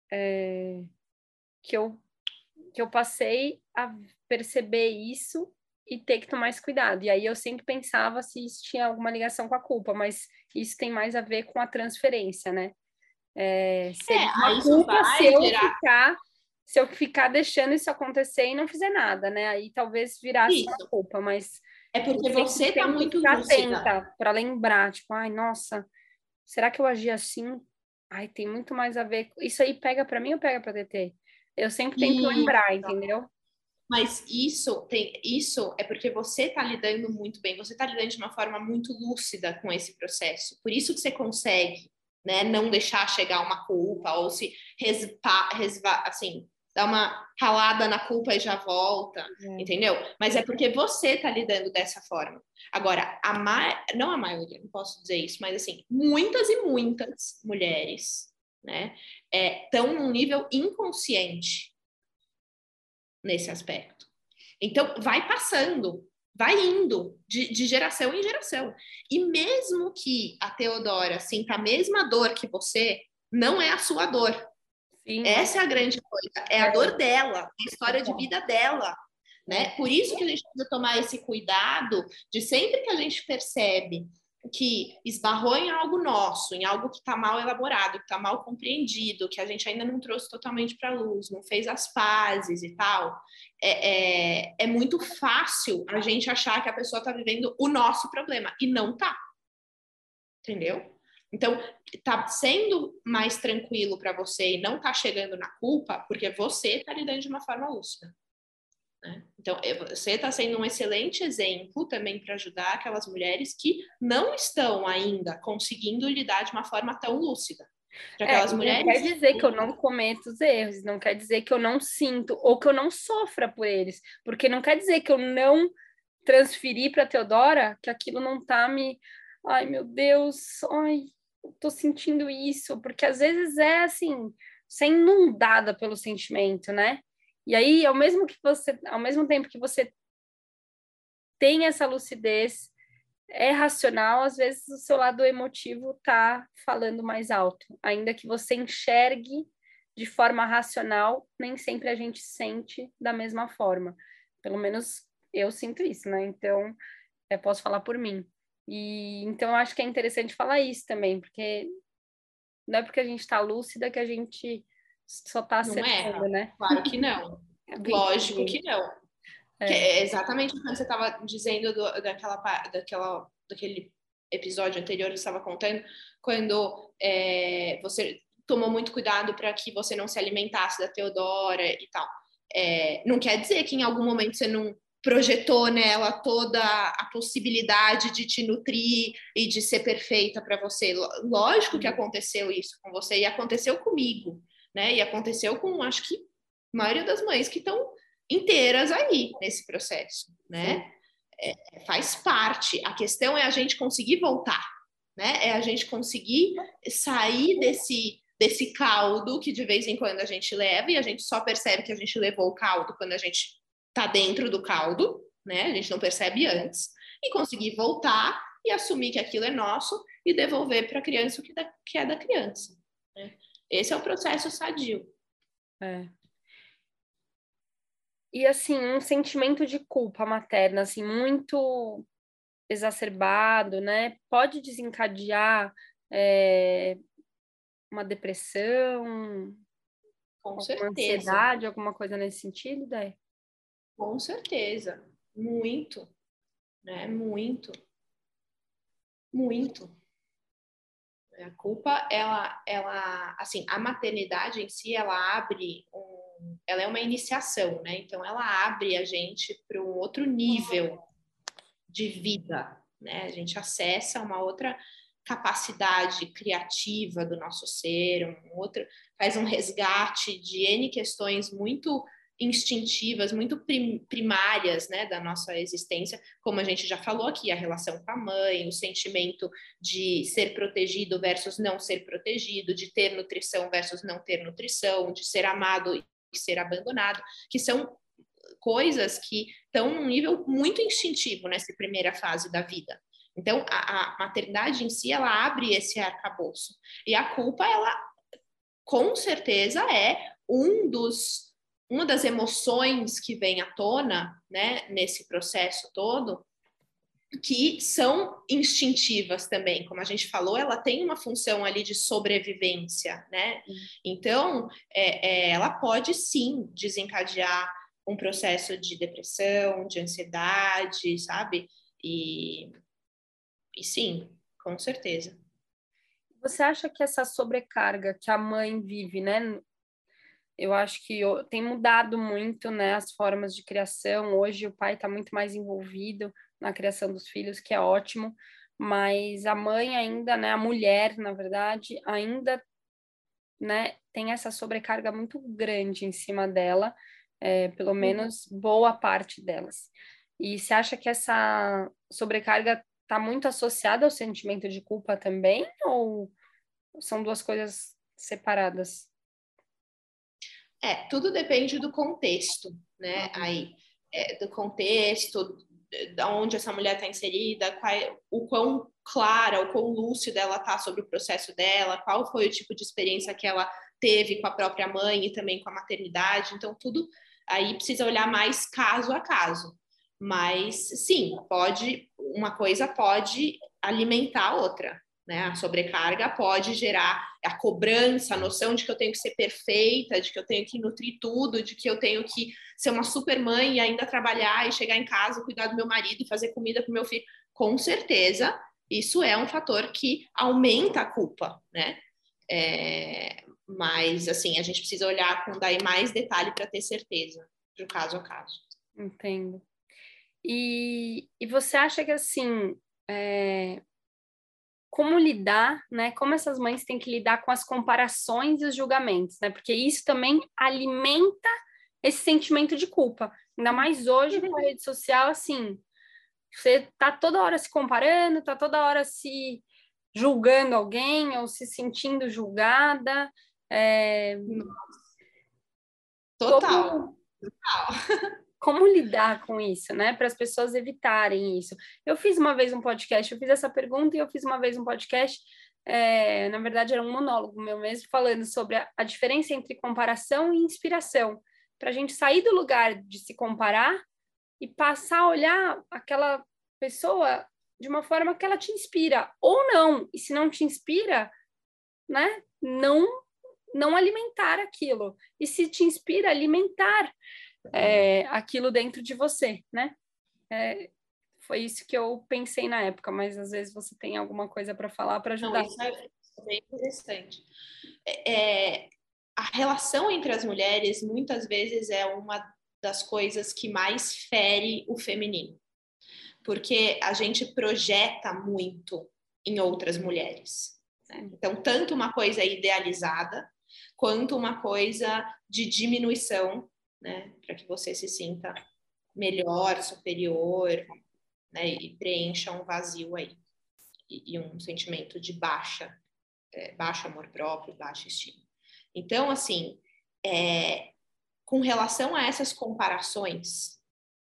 É, que, eu, que eu passei a perceber isso e ter que tomar esse cuidado. E aí eu sempre pensava se isso tinha alguma ligação com a culpa, mas isso tem mais a ver com a transferência, né? É, seria É, uma culpa se eu gerar... ficar, se eu ficar deixando isso acontecer e não fizer nada, né? Aí talvez virasse isso. uma culpa, mas é porque você tá muito ficar lúcida atenta para lembrar, tipo, ai, nossa, será que eu agi assim? Ai, tem muito mais a ver. Isso aí pega para mim ou pega para T T? Eu sempre tento isso. lembrar, entendeu? Mas isso tem isso é porque você está lidando muito bem, você está lidando de uma forma muito lúcida com esse processo. Por isso que você consegue, né, não deixar chegar uma culpa ou se respa, resva, assim, dar uma ralada na culpa e já volta, é. entendeu? Mas é porque você está lidando dessa forma. Agora, a ma... não a maioria, não posso dizer isso, mas assim, muitas e muitas mulheres, né, estão é, num nível inconsciente nesse aspecto. Então, vai passando, vai indo de, de geração em geração. E mesmo que a Teodora sinta a mesma dor que você, não é a sua dor. Sim. Essa é a grande coisa. É a é. dor dela, a história é. de vida dela. Né? Por isso que a gente precisa tomar esse cuidado de sempre que a gente percebe que esbarrou em algo nosso, em algo que está mal elaborado, que está mal compreendido, que a gente ainda não trouxe totalmente para a luz, não fez as pazes e tal, é, é, é muito fácil a gente achar que a pessoa está vivendo o nosso problema, e não tá. Entendeu? Então, tá sendo mais tranquilo para você e não tá chegando na culpa, porque você está lidando de uma forma lúcida. Né? Então, você está sendo um excelente exemplo também para ajudar aquelas mulheres que não estão ainda conseguindo lidar de uma forma tão lúcida. Para aquelas é, mulheres... Não quer dizer que eu não cometo os erros, não quer dizer que eu não sinto ou que eu não sofra por eles, porque não quer dizer que eu não transferi para a Teodora que aquilo não está me... Ai, meu Deus, ai, eu tô sentindo isso, porque às vezes é assim, ser inundada pelo sentimento, né? E aí, ao mesmo que você, ao mesmo tempo que você tem essa lucidez, é racional, às vezes o seu lado emotivo tá falando mais alto. Ainda que você enxergue de forma racional, nem sempre a gente sente da mesma forma. Pelo menos eu sinto isso, né? Então, eu posso falar por mim. E então eu acho que é interessante falar isso também, porque não é porque a gente está lúcida que a gente só está acertando, né? Claro que não. É Lógico que não. É. Que é exatamente quando você estava dizendo do, daquela, daquela, daquele episódio anterior que você estava contando, quando é, você tomou muito cuidado para que você não se alimentasse da Teodora e tal. É, não quer dizer que em algum momento você não projetou nela toda a possibilidade de te nutrir e de ser perfeita para você. Lógico que aconteceu isso com você e aconteceu comigo, né? E aconteceu com, acho que, a maioria das mães que estão inteiras aí nesse processo, né? É, faz parte. A questão é a gente conseguir voltar, né? É a gente conseguir sair desse, desse caldo que de vez em quando a gente leva, e a gente só percebe que a gente levou o caldo quando a gente tá dentro do caldo, né? A gente não percebe antes, e conseguir voltar e assumir que aquilo é nosso e devolver para a criança o que, da, que é da criança, né? Esse é o processo sadio. É. E, assim, um sentimento de culpa materna, assim, muito exacerbado, né? Pode desencadear é, uma depressão, Com uma certeza. ansiedade, alguma coisa nesse sentido, daí? Com certeza. Muito, né? Muito. Muito. A culpa, ela, ela, assim, a maternidade em si, ela abre um, ela é uma iniciação, né? Então, ela abre a gente para um outro nível de vida, né? A gente acessa uma outra capacidade criativa do nosso ser, um outro, faz um resgate de N questões muito instintivas, muito prim, primárias, né, da nossa existência, como a gente já falou aqui, a relação com a mãe, o sentimento de ser protegido versus não ser protegido, de ter nutrição versus não ter nutrição, de ser amado e ser abandonado, que são coisas que estão num nível muito instintivo nessa primeira fase da vida. Então, a, a maternidade em si, ela abre esse arcabouço. E a culpa, ela, com certeza, é um dos, uma das emoções que vem à tona, né, nesse processo todo, que são instintivas também. Como a gente falou, ela tem uma função ali de sobrevivência, né? Então, é, é, ela pode, sim, desencadear um processo de depressão, de ansiedade, sabe? E, e sim, com certeza. Você acha que essa sobrecarga que a mãe vive, né? Eu acho que tem mudado muito, né, as formas de criação. Hoje o pai está muito mais envolvido na criação dos filhos, que é ótimo, mas a mãe ainda, né, a mulher, na verdade, ainda, né, tem essa sobrecarga muito grande em cima dela, é, pelo menos boa parte delas. E você acha que essa sobrecarga está muito associada ao sentimento de culpa também, ou são duas coisas separadas? É, tudo depende do contexto, né? Uhum. Aí, é, do contexto, da onde essa mulher está inserida, qual, o quão clara, o quão lúcida ela está sobre o processo dela, qual foi o tipo de experiência que ela teve com a própria mãe e também com a maternidade. Então, tudo aí precisa olhar mais caso a caso. Mas, sim, pode, uma coisa pode alimentar a outra, né? A sobrecarga pode gerar a cobrança, a noção de que eu tenho que ser perfeita, de que eu tenho que nutrir tudo, de que eu tenho que ser uma super mãe e ainda trabalhar e chegar em casa, cuidar do meu marido e fazer comida para o meu filho. Com certeza, isso é um fator que aumenta a culpa, né? É, mas, assim, a gente precisa olhar com daí mais detalhe para ter certeza, de caso a caso. Entendo. E, e você acha que, assim, é, como lidar, né? Como essas mães têm que lidar com as comparações e os julgamentos, né? Porque isso também alimenta esse sentimento de culpa. Ainda mais hoje com a rede social, assim, você tá toda hora se comparando, tá toda hora se julgando alguém ou se sentindo julgada. É... Total. Como, Total. como lidar com isso, né? Para as pessoas evitarem isso. Eu fiz uma vez um podcast, eu fiz essa pergunta e eu fiz uma vez um podcast, é, na verdade era um monólogo meu mesmo, falando sobre a, a diferença entre comparação e inspiração. Para a gente sair do lugar de se comparar e passar a olhar aquela pessoa de uma forma que ela te inspira, ou não. E se não te inspira, né? Não, não alimentar aquilo. E se te inspira, alimentar é, aquilo dentro de você, né? É, foi isso que eu pensei na época, mas às vezes você tem alguma coisa para falar para Não, ajudar. isso é bem interessante. É, a relação entre as mulheres muitas vezes é uma das coisas que mais fere o feminino, porque a gente projeta muito em outras mulheres, né? Então, tanto uma coisa idealizada quanto uma coisa de diminuição, né, para que você se sinta melhor, superior, né, e preencha um vazio aí e, e um sentimento de baixa é, baixo amor próprio, baixa estima. Então, assim, é, com relação a essas comparações,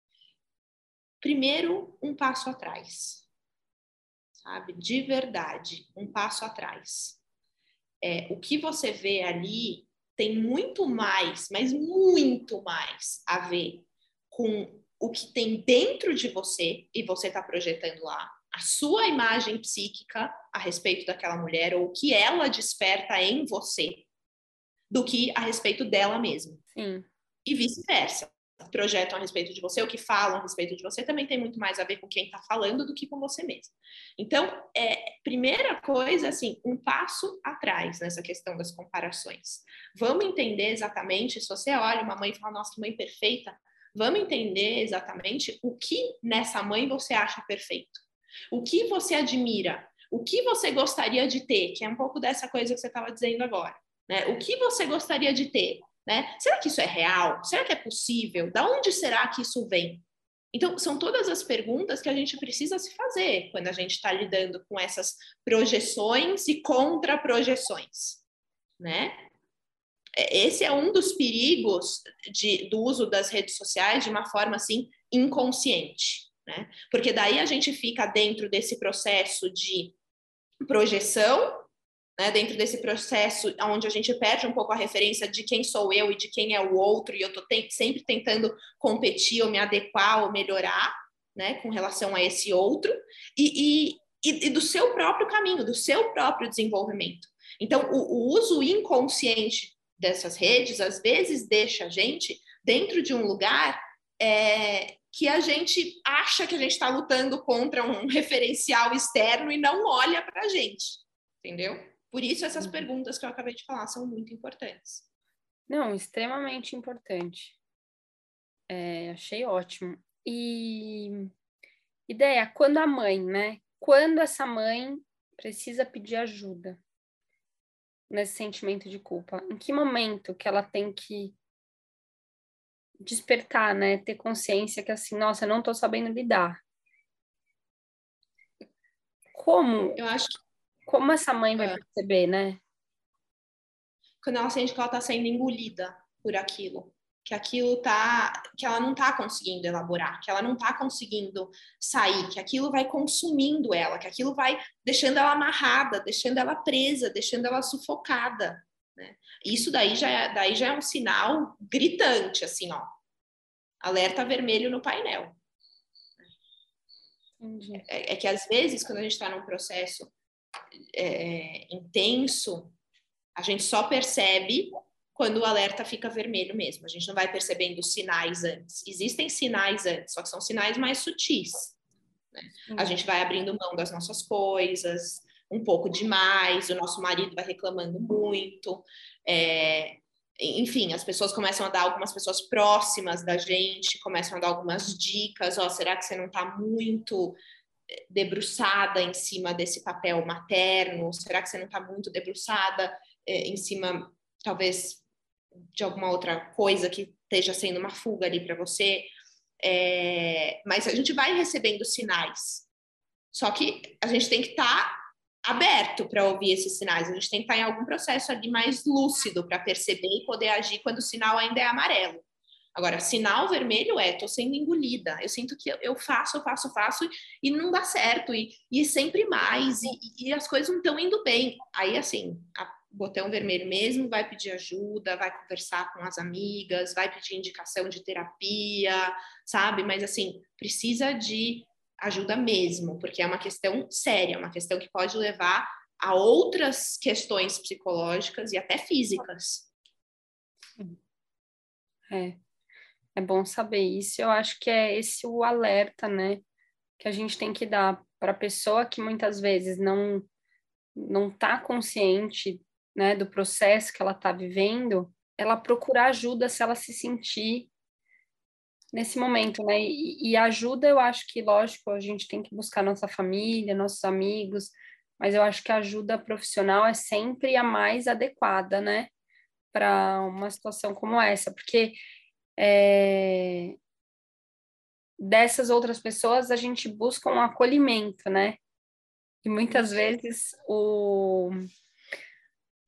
primeiro, um passo atrás, sabe? De verdade, um passo atrás. É, o que você vê ali tem muito mais, mas muito mais a ver com o que tem dentro de você e você está projetando lá, a sua imagem psíquica a respeito daquela mulher ou o que ela desperta em você, do que a respeito dela mesma. Sim. E vice-versa. Projetam a respeito de você, o que falam a respeito de você também tem muito mais a ver com quem está falando do que com você mesmo. Então, é, primeira coisa, assim, um passo atrás nessa questão das comparações. Vamos entender exatamente, se você olha uma mãe e fala, nossa, que mãe perfeita, vamos entender exatamente o que nessa mãe você acha perfeito. O que você admira, o que você gostaria de ter, que é um pouco dessa coisa que você estava dizendo agora, né? O que você gostaria de ter? Né? Será que isso é real? Será que é possível? Da onde será que isso vem? Então, são todas as perguntas que a gente precisa se fazer quando a gente está lidando com essas projeções e contra-projeções, né? Esse é um dos perigos de, do uso das redes sociais de uma forma, assim, inconsciente, né? Porque daí a gente fica dentro desse processo de projeção, né, dentro desse processo onde a gente perde um pouco a referência de quem sou eu e de quem é o outro, e eu estou te- sempre tentando competir ou me adequar ou melhorar, né, com relação a esse outro, e, e, e do seu próprio caminho, do seu próprio desenvolvimento. Então, o, o uso inconsciente dessas redes, às vezes, deixa a gente dentro de um lugar é, que a gente acha que a gente está lutando contra um referencial externo e não olha para a gente, entendeu? Por isso, essas uhum. perguntas que eu acabei de falar são muito importantes. Não, extremamente importante. É, achei ótimo. E ideia, quando a mãe, né? Quando essa mãe precisa pedir ajuda nesse sentimento de culpa? Em que momento que ela tem que despertar, né? Ter consciência que assim, nossa, eu não tô sabendo lidar. Como? Eu acho que... Como essa mãe vai perceber, né? Quando ela sente que ela está sendo engolida por aquilo, que aquilo tá, que ela não está conseguindo elaborar, que ela não está conseguindo sair, que aquilo vai consumindo ela, que aquilo vai deixando ela amarrada, deixando ela presa, deixando ela sufocada, né? Isso daí já é, daí já é um sinal gritante, assim, ó, alerta vermelho no painel. É, é que às vezes quando a gente está num processo é, intenso, a gente só percebe quando o alerta fica vermelho mesmo. A gente não vai percebendo sinais antes. Existem sinais antes, só que são sinais mais sutis, né? A gente vai abrindo mão das nossas coisas, um pouco demais, o nosso marido vai reclamando muito. É, enfim, as pessoas começam a dar, algumas pessoas próximas da gente, começam a dar algumas dicas. Ó, será que você não está muito debruçada em cima desse papel materno? Será que você não está muito debruçada é, em cima, talvez, de alguma outra coisa que esteja sendo uma fuga ali para você? É, mas a gente vai recebendo sinais. Só que a gente tem que estar tá aberto para ouvir esses sinais. A gente tem que estar tá em algum processo ali mais lúcido para perceber e poder agir quando o sinal ainda é amarelo. Agora, sinal vermelho é, tô sendo engolida. Eu sinto que eu faço, eu faço, faço e não dá certo. E, e sempre mais. E, e as coisas não estão indo bem. Aí, assim, a botão vermelho mesmo, vai pedir ajuda, vai conversar com as amigas, vai pedir indicação de terapia, sabe? Mas, assim, precisa de ajuda mesmo, porque é uma questão séria, é uma questão que pode levar a outras questões psicológicas e até físicas. É. É bom saber isso. Eu acho que é esse o alerta, né, que a gente tem que dar para a pessoa que muitas vezes não não está consciente, né, do processo que ela está vivendo, ela procurar ajuda se ela se sentir nesse momento, né? E, e ajuda, eu acho que, lógico, a gente tem que buscar nossa família, nossos amigos, mas eu acho que a ajuda profissional é sempre a mais adequada, né, para uma situação como essa, porque é, dessas outras pessoas a gente busca um acolhimento, né? E muitas vezes o,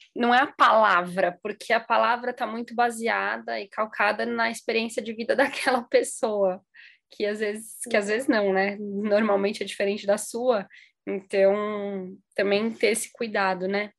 não é a palavra, porque a palavra está muito baseada e calcada na experiência de vida daquela pessoa, que às vezes, que às vezes não, né? Normalmente é diferente da sua, então também ter esse cuidado, né?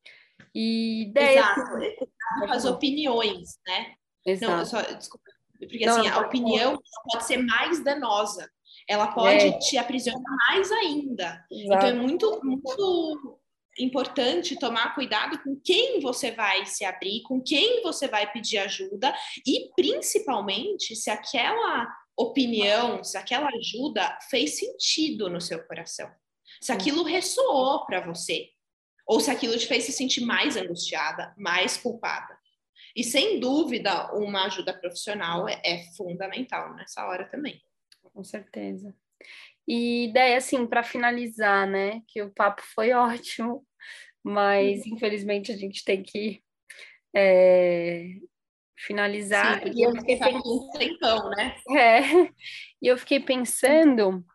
E ideia. Exato, com as opiniões, né? Não, eu Exato. só, desculpa, porque Não, assim, não a pode opinião pode ser mais danosa, ela pode É, te aprisionar mais ainda. Então é exato. muito, muito importante tomar cuidado com quem você vai se abrir, com quem você vai pedir ajuda e principalmente se aquela opinião, se aquela ajuda fez sentido no seu coração. Se aquilo ressoou para você, ou se aquilo te fez se sentir mais angustiada, mais culpada. E sem dúvida, uma ajuda profissional é, é fundamental nessa hora também. Com certeza. E daí, assim, para finalizar, né, que o papo foi ótimo, mas infelizmente a gente tem que é, finalizar. Sim, porque E eu vai fiquei ficar pensando, um tempão, né? é, e eu fiquei pensando,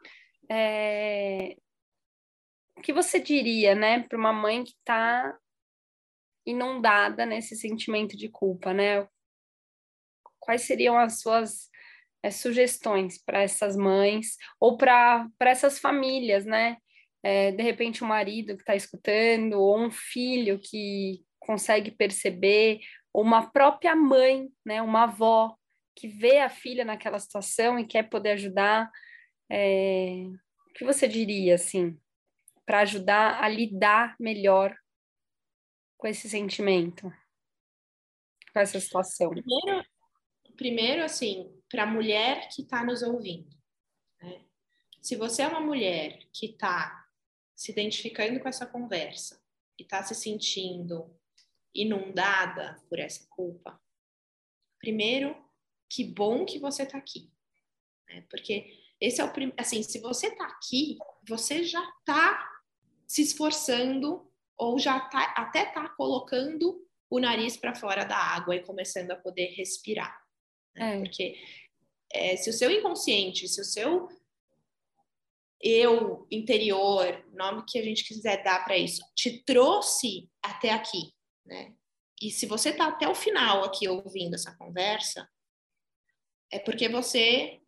é, o que você diria, né, para uma mãe que está inundada nesse sentimento de culpa, né? Quais seriam as suas é, sugestões para essas mães ou para para essas famílias, né? É, de repente, um marido que está escutando, ou um filho que consegue perceber, ou uma própria mãe, né? Uma avó que vê a filha naquela situação e quer poder ajudar. É, o que você diria, assim, para ajudar a lidar melhor com esse sentimento, com essa situação? Primeiro, primeiro assim, para a mulher que está nos ouvindo, né? Se você é uma mulher que está se identificando com essa conversa e está se sentindo inundada por essa culpa, primeiro, que bom que você está aqui, né? Porque esse é o primeiro, assim, se você está aqui, você já está se esforçando ou já tá, até está colocando o nariz para fora da água e começando a poder respirar, né? É, Porque é, se o seu inconsciente, se o seu eu interior, nome que a gente quiser dar para isso, te trouxe até aqui, né? E se você está até o final aqui ouvindo essa conversa, é porque você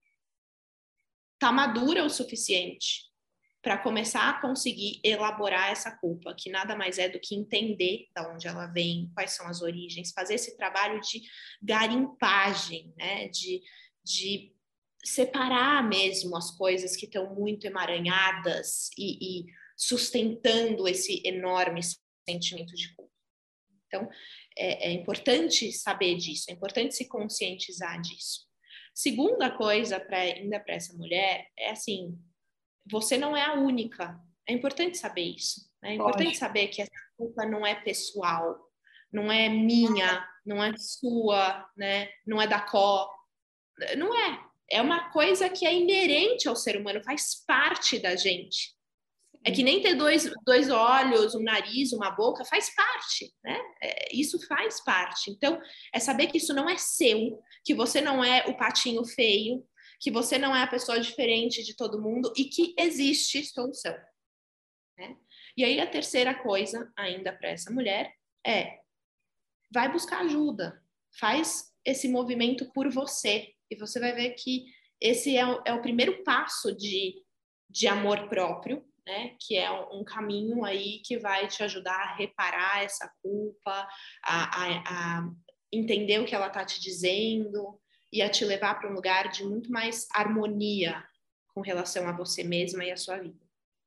está madura o suficiente para começar a conseguir elaborar essa culpa, que nada mais é do que entender de onde ela vem, quais são as origens, fazer esse trabalho de garimpagem, né? De, de separar mesmo as coisas que estão muito emaranhadas e, e sustentando esse enorme sentimento de culpa. Então, é, é importante saber disso, é importante se conscientizar disso. Segunda coisa, pra, ainda para essa mulher, é assim, você não é a única. É importante saber isso. Né? É importante lógico. saber que essa culpa não é pessoal, não é minha, não é sua, né? Não é da Có. Não é. É uma coisa que é inerente ao ser humano, faz parte da gente. É que nem ter dois, dois olhos, um nariz, uma boca, faz parte, né? É, isso faz parte. Então, é saber que isso não é seu, que você não é o patinho feio, que você não é a pessoa diferente de todo mundo e que existe solução, né? E aí a terceira coisa, ainda para essa mulher, é vai buscar ajuda, faz esse movimento por você e você vai ver que esse é o, é o primeiro passo de, de amor próprio, né? Que é um caminho aí que vai te ajudar a reparar essa culpa, a, a, a entender o que ela está te dizendo e a te levar para um lugar de muito mais harmonia com relação a você mesma e a sua vida.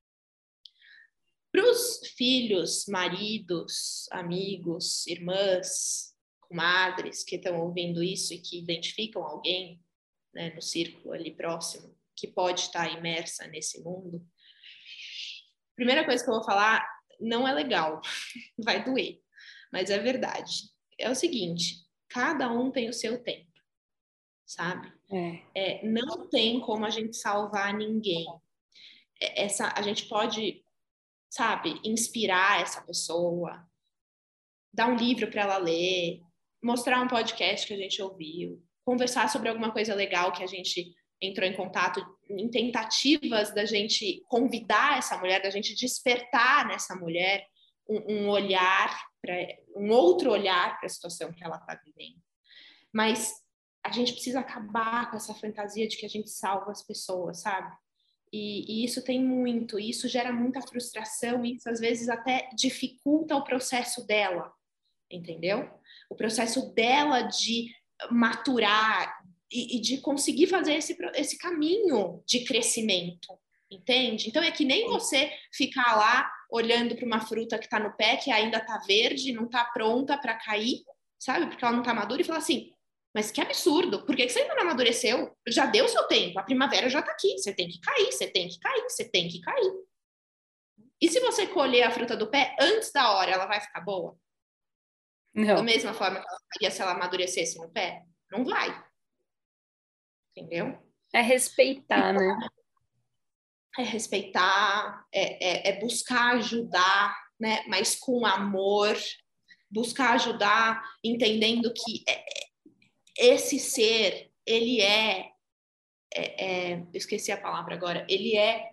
Para os filhos, maridos, amigos, irmãs, comadres que estão ouvindo isso e que identificam alguém, né, no círculo ali próximo que pode estar imersa nesse mundo, primeira coisa que eu vou falar, não é legal, vai doer, mas é verdade. É o seguinte, cada um tem o seu tempo, sabe? É. É, não tem como a gente salvar ninguém. Essa, a gente pode, sabe, inspirar essa pessoa, dar um livro para ela ler, mostrar um podcast que a gente ouviu, conversar sobre alguma coisa legal que a gente entrou em contato, em tentativas da gente convidar essa mulher, da gente despertar nessa mulher um, um olhar um outro olhar para a situação que ela está vivendo. Mas a gente precisa acabar com essa fantasia de que a gente salva as pessoas, sabe? E, e isso tem muito, e isso gera muita frustração, e isso às vezes até dificulta o processo dela, entendeu? O processo dela de maturar e, e de conseguir fazer esse, esse caminho de crescimento, entende? Então é que nem você ficar lá olhando para uma fruta que está no pé, que ainda está verde, não está pronta para cair, sabe? Porque ela não está madura, e falar assim, mas que absurdo, por que você ainda não amadureceu? Já deu o seu tempo, a primavera já está aqui, você tem que cair, você tem que cair, você tem que cair. E se você colher a fruta do pé antes da hora, ela vai ficar boa? Não. Da mesma forma que ela faria se ela amadurecesse no pé? Não vai. Entendeu? É respeitar, né? É respeitar, é, é, é buscar ajudar, né? Mas com amor, buscar ajudar, entendendo que esse ser, ele é, é, é, eu esqueci a palavra agora, ele é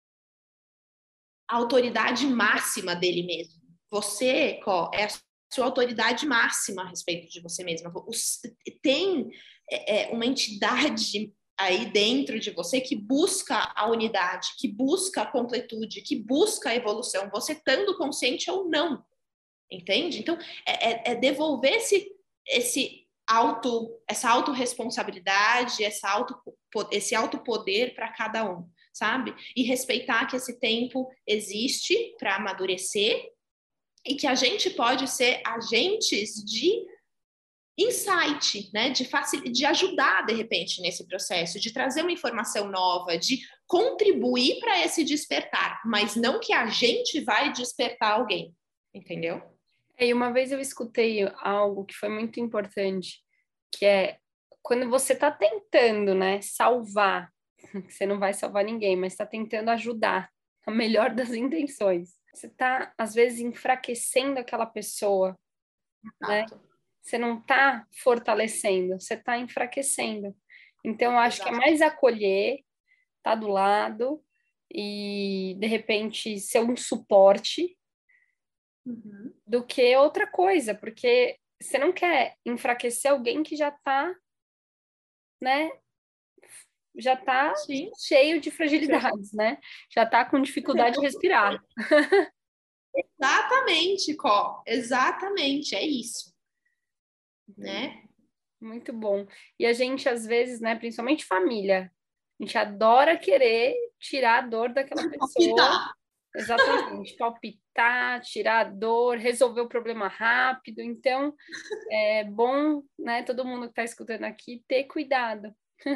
a autoridade máxima dele mesmo. Você, Có, é a sua autoridade máxima a respeito de você mesma. Tem é, uma entidade aí dentro de você que busca a unidade, que busca a completude, que busca a evolução, você estando consciente ou não, entende? Então, é, é, é devolver esse, esse auto, essa autorresponsabilidade, essa auto, esse autopoder para cada um, sabe? E respeitar que esse tempo existe para amadurecer e que a gente pode ser agentes de insight, né? De, facil... de ajudar, de repente, nesse processo, de trazer uma informação nova, de contribuir para esse despertar, mas não que a gente vai despertar alguém, entendeu? E uma vez eu escutei algo que foi muito importante, que é quando você está tentando, né, salvar, você não vai salvar ninguém, mas está tentando ajudar, a melhor das intenções. Você está, às vezes, enfraquecendo aquela pessoa, né? Você não está fortalecendo, você está enfraquecendo. Então, eu acho Exato. que é mais acolher, estar tá do lado e, de repente, ser um suporte, Uhum. do que outra coisa, porque você não quer enfraquecer alguém que já está, né, já está cheio de fragilidades, né? Já está com dificuldade de respirar. Exatamente, Có. Exatamente, é isso. Né? Muito bom. E a gente, às vezes, né, principalmente família, a gente adora querer tirar a dor daquela pessoa. Palpitar. Exatamente, palpitar, tirar a dor, resolver o problema rápido. Então, é bom, né, todo mundo que está escutando aqui ter cuidado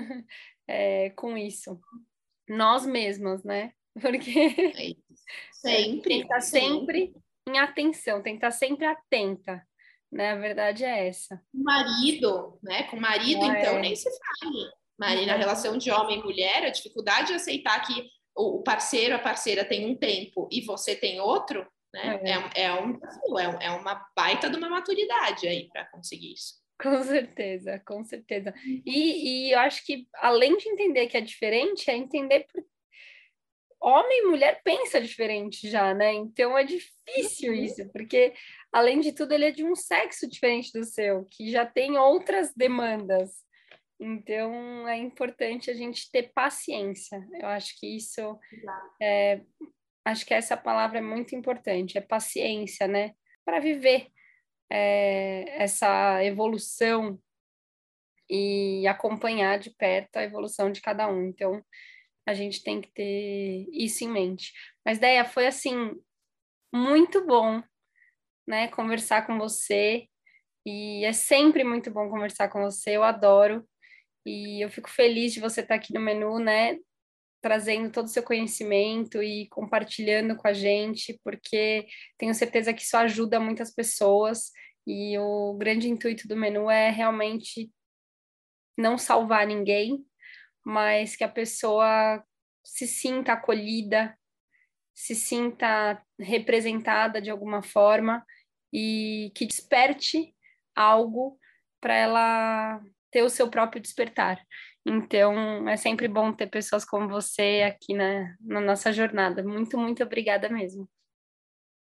é, com isso. Nós mesmas, né? Porque sempre, tem que estar sempre em atenção, tem que estar sempre atenta, né? A verdade é essa. O marido, né? Com o marido, ah, então, é. nem se fale. Mas na relação de homem e mulher, a dificuldade de aceitar que o parceiro, a parceira tem um tempo e você tem outro, né? É, é, é um é, é uma baita de uma maturidade aí para conseguir isso. Com certeza, com certeza. E, e eu acho que, além de entender que é diferente, é entender por... homem e mulher pensa diferente já, né? Então é difícil isso, porque, além de tudo, ele é de um sexo diferente do seu, que já tem outras demandas. Então, é importante a gente ter paciência. Eu acho que isso... É, acho que essa palavra é muito importante, é paciência, né? Para viver é, essa evolução e acompanhar de perto a evolução de cada um. Então, a gente tem que ter isso em mente. Mas, Déia, foi, assim, muito bom, né, conversar com você. E é sempre muito bom conversar com você, eu adoro. E eu fico feliz de você estar aqui no Menu, né, trazendo todo o seu conhecimento e compartilhando com a gente, porque tenho certeza que isso ajuda muitas pessoas. E o grande intuito do Menu é realmente não salvar ninguém, mas que a pessoa se sinta acolhida, se sinta representada de alguma forma e que desperte algo para ela ter o seu próprio despertar. Então, é sempre bom ter pessoas como você aqui na, na nossa jornada. Muito, muito obrigada mesmo.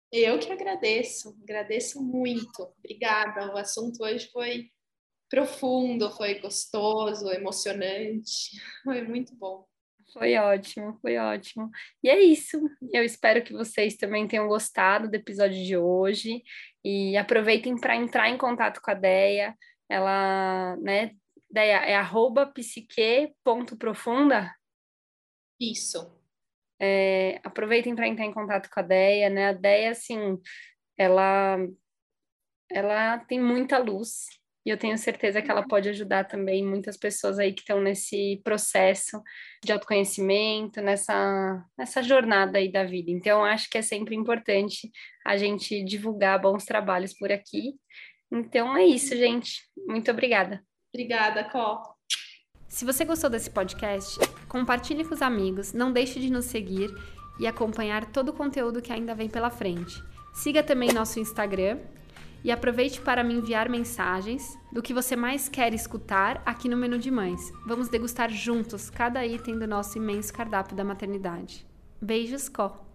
Eu que agradeço, agradeço muito. Obrigada. O assunto hoje foi profundo, foi gostoso, emocionante, foi muito bom. Foi ótimo, foi ótimo. E é isso. Eu espero que vocês também tenham gostado do episódio de hoje e aproveitem para entrar em contato com a Deia. Ela, né, Deia, é arroba psique.profunda. Isso. É, aproveitem para entrar em contato com a Deia, né? A Deia, assim, ela, ela tem muita luz. E eu tenho certeza que ela pode ajudar também muitas pessoas aí que estão nesse processo de autoconhecimento, nessa, nessa jornada aí da vida. Então, acho que é sempre importante a gente divulgar bons trabalhos por aqui. Então, é isso, gente. Muito obrigada. Obrigada, Có. Se você gostou desse podcast, compartilhe com os amigos, não deixe de nos seguir e acompanhar todo o conteúdo que ainda vem pela frente. Siga também nosso Instagram e aproveite para me enviar mensagens do que você mais quer escutar aqui no Menu de Mães. Vamos degustar juntos cada item do nosso imenso cardápio da maternidade. Beijos, Có!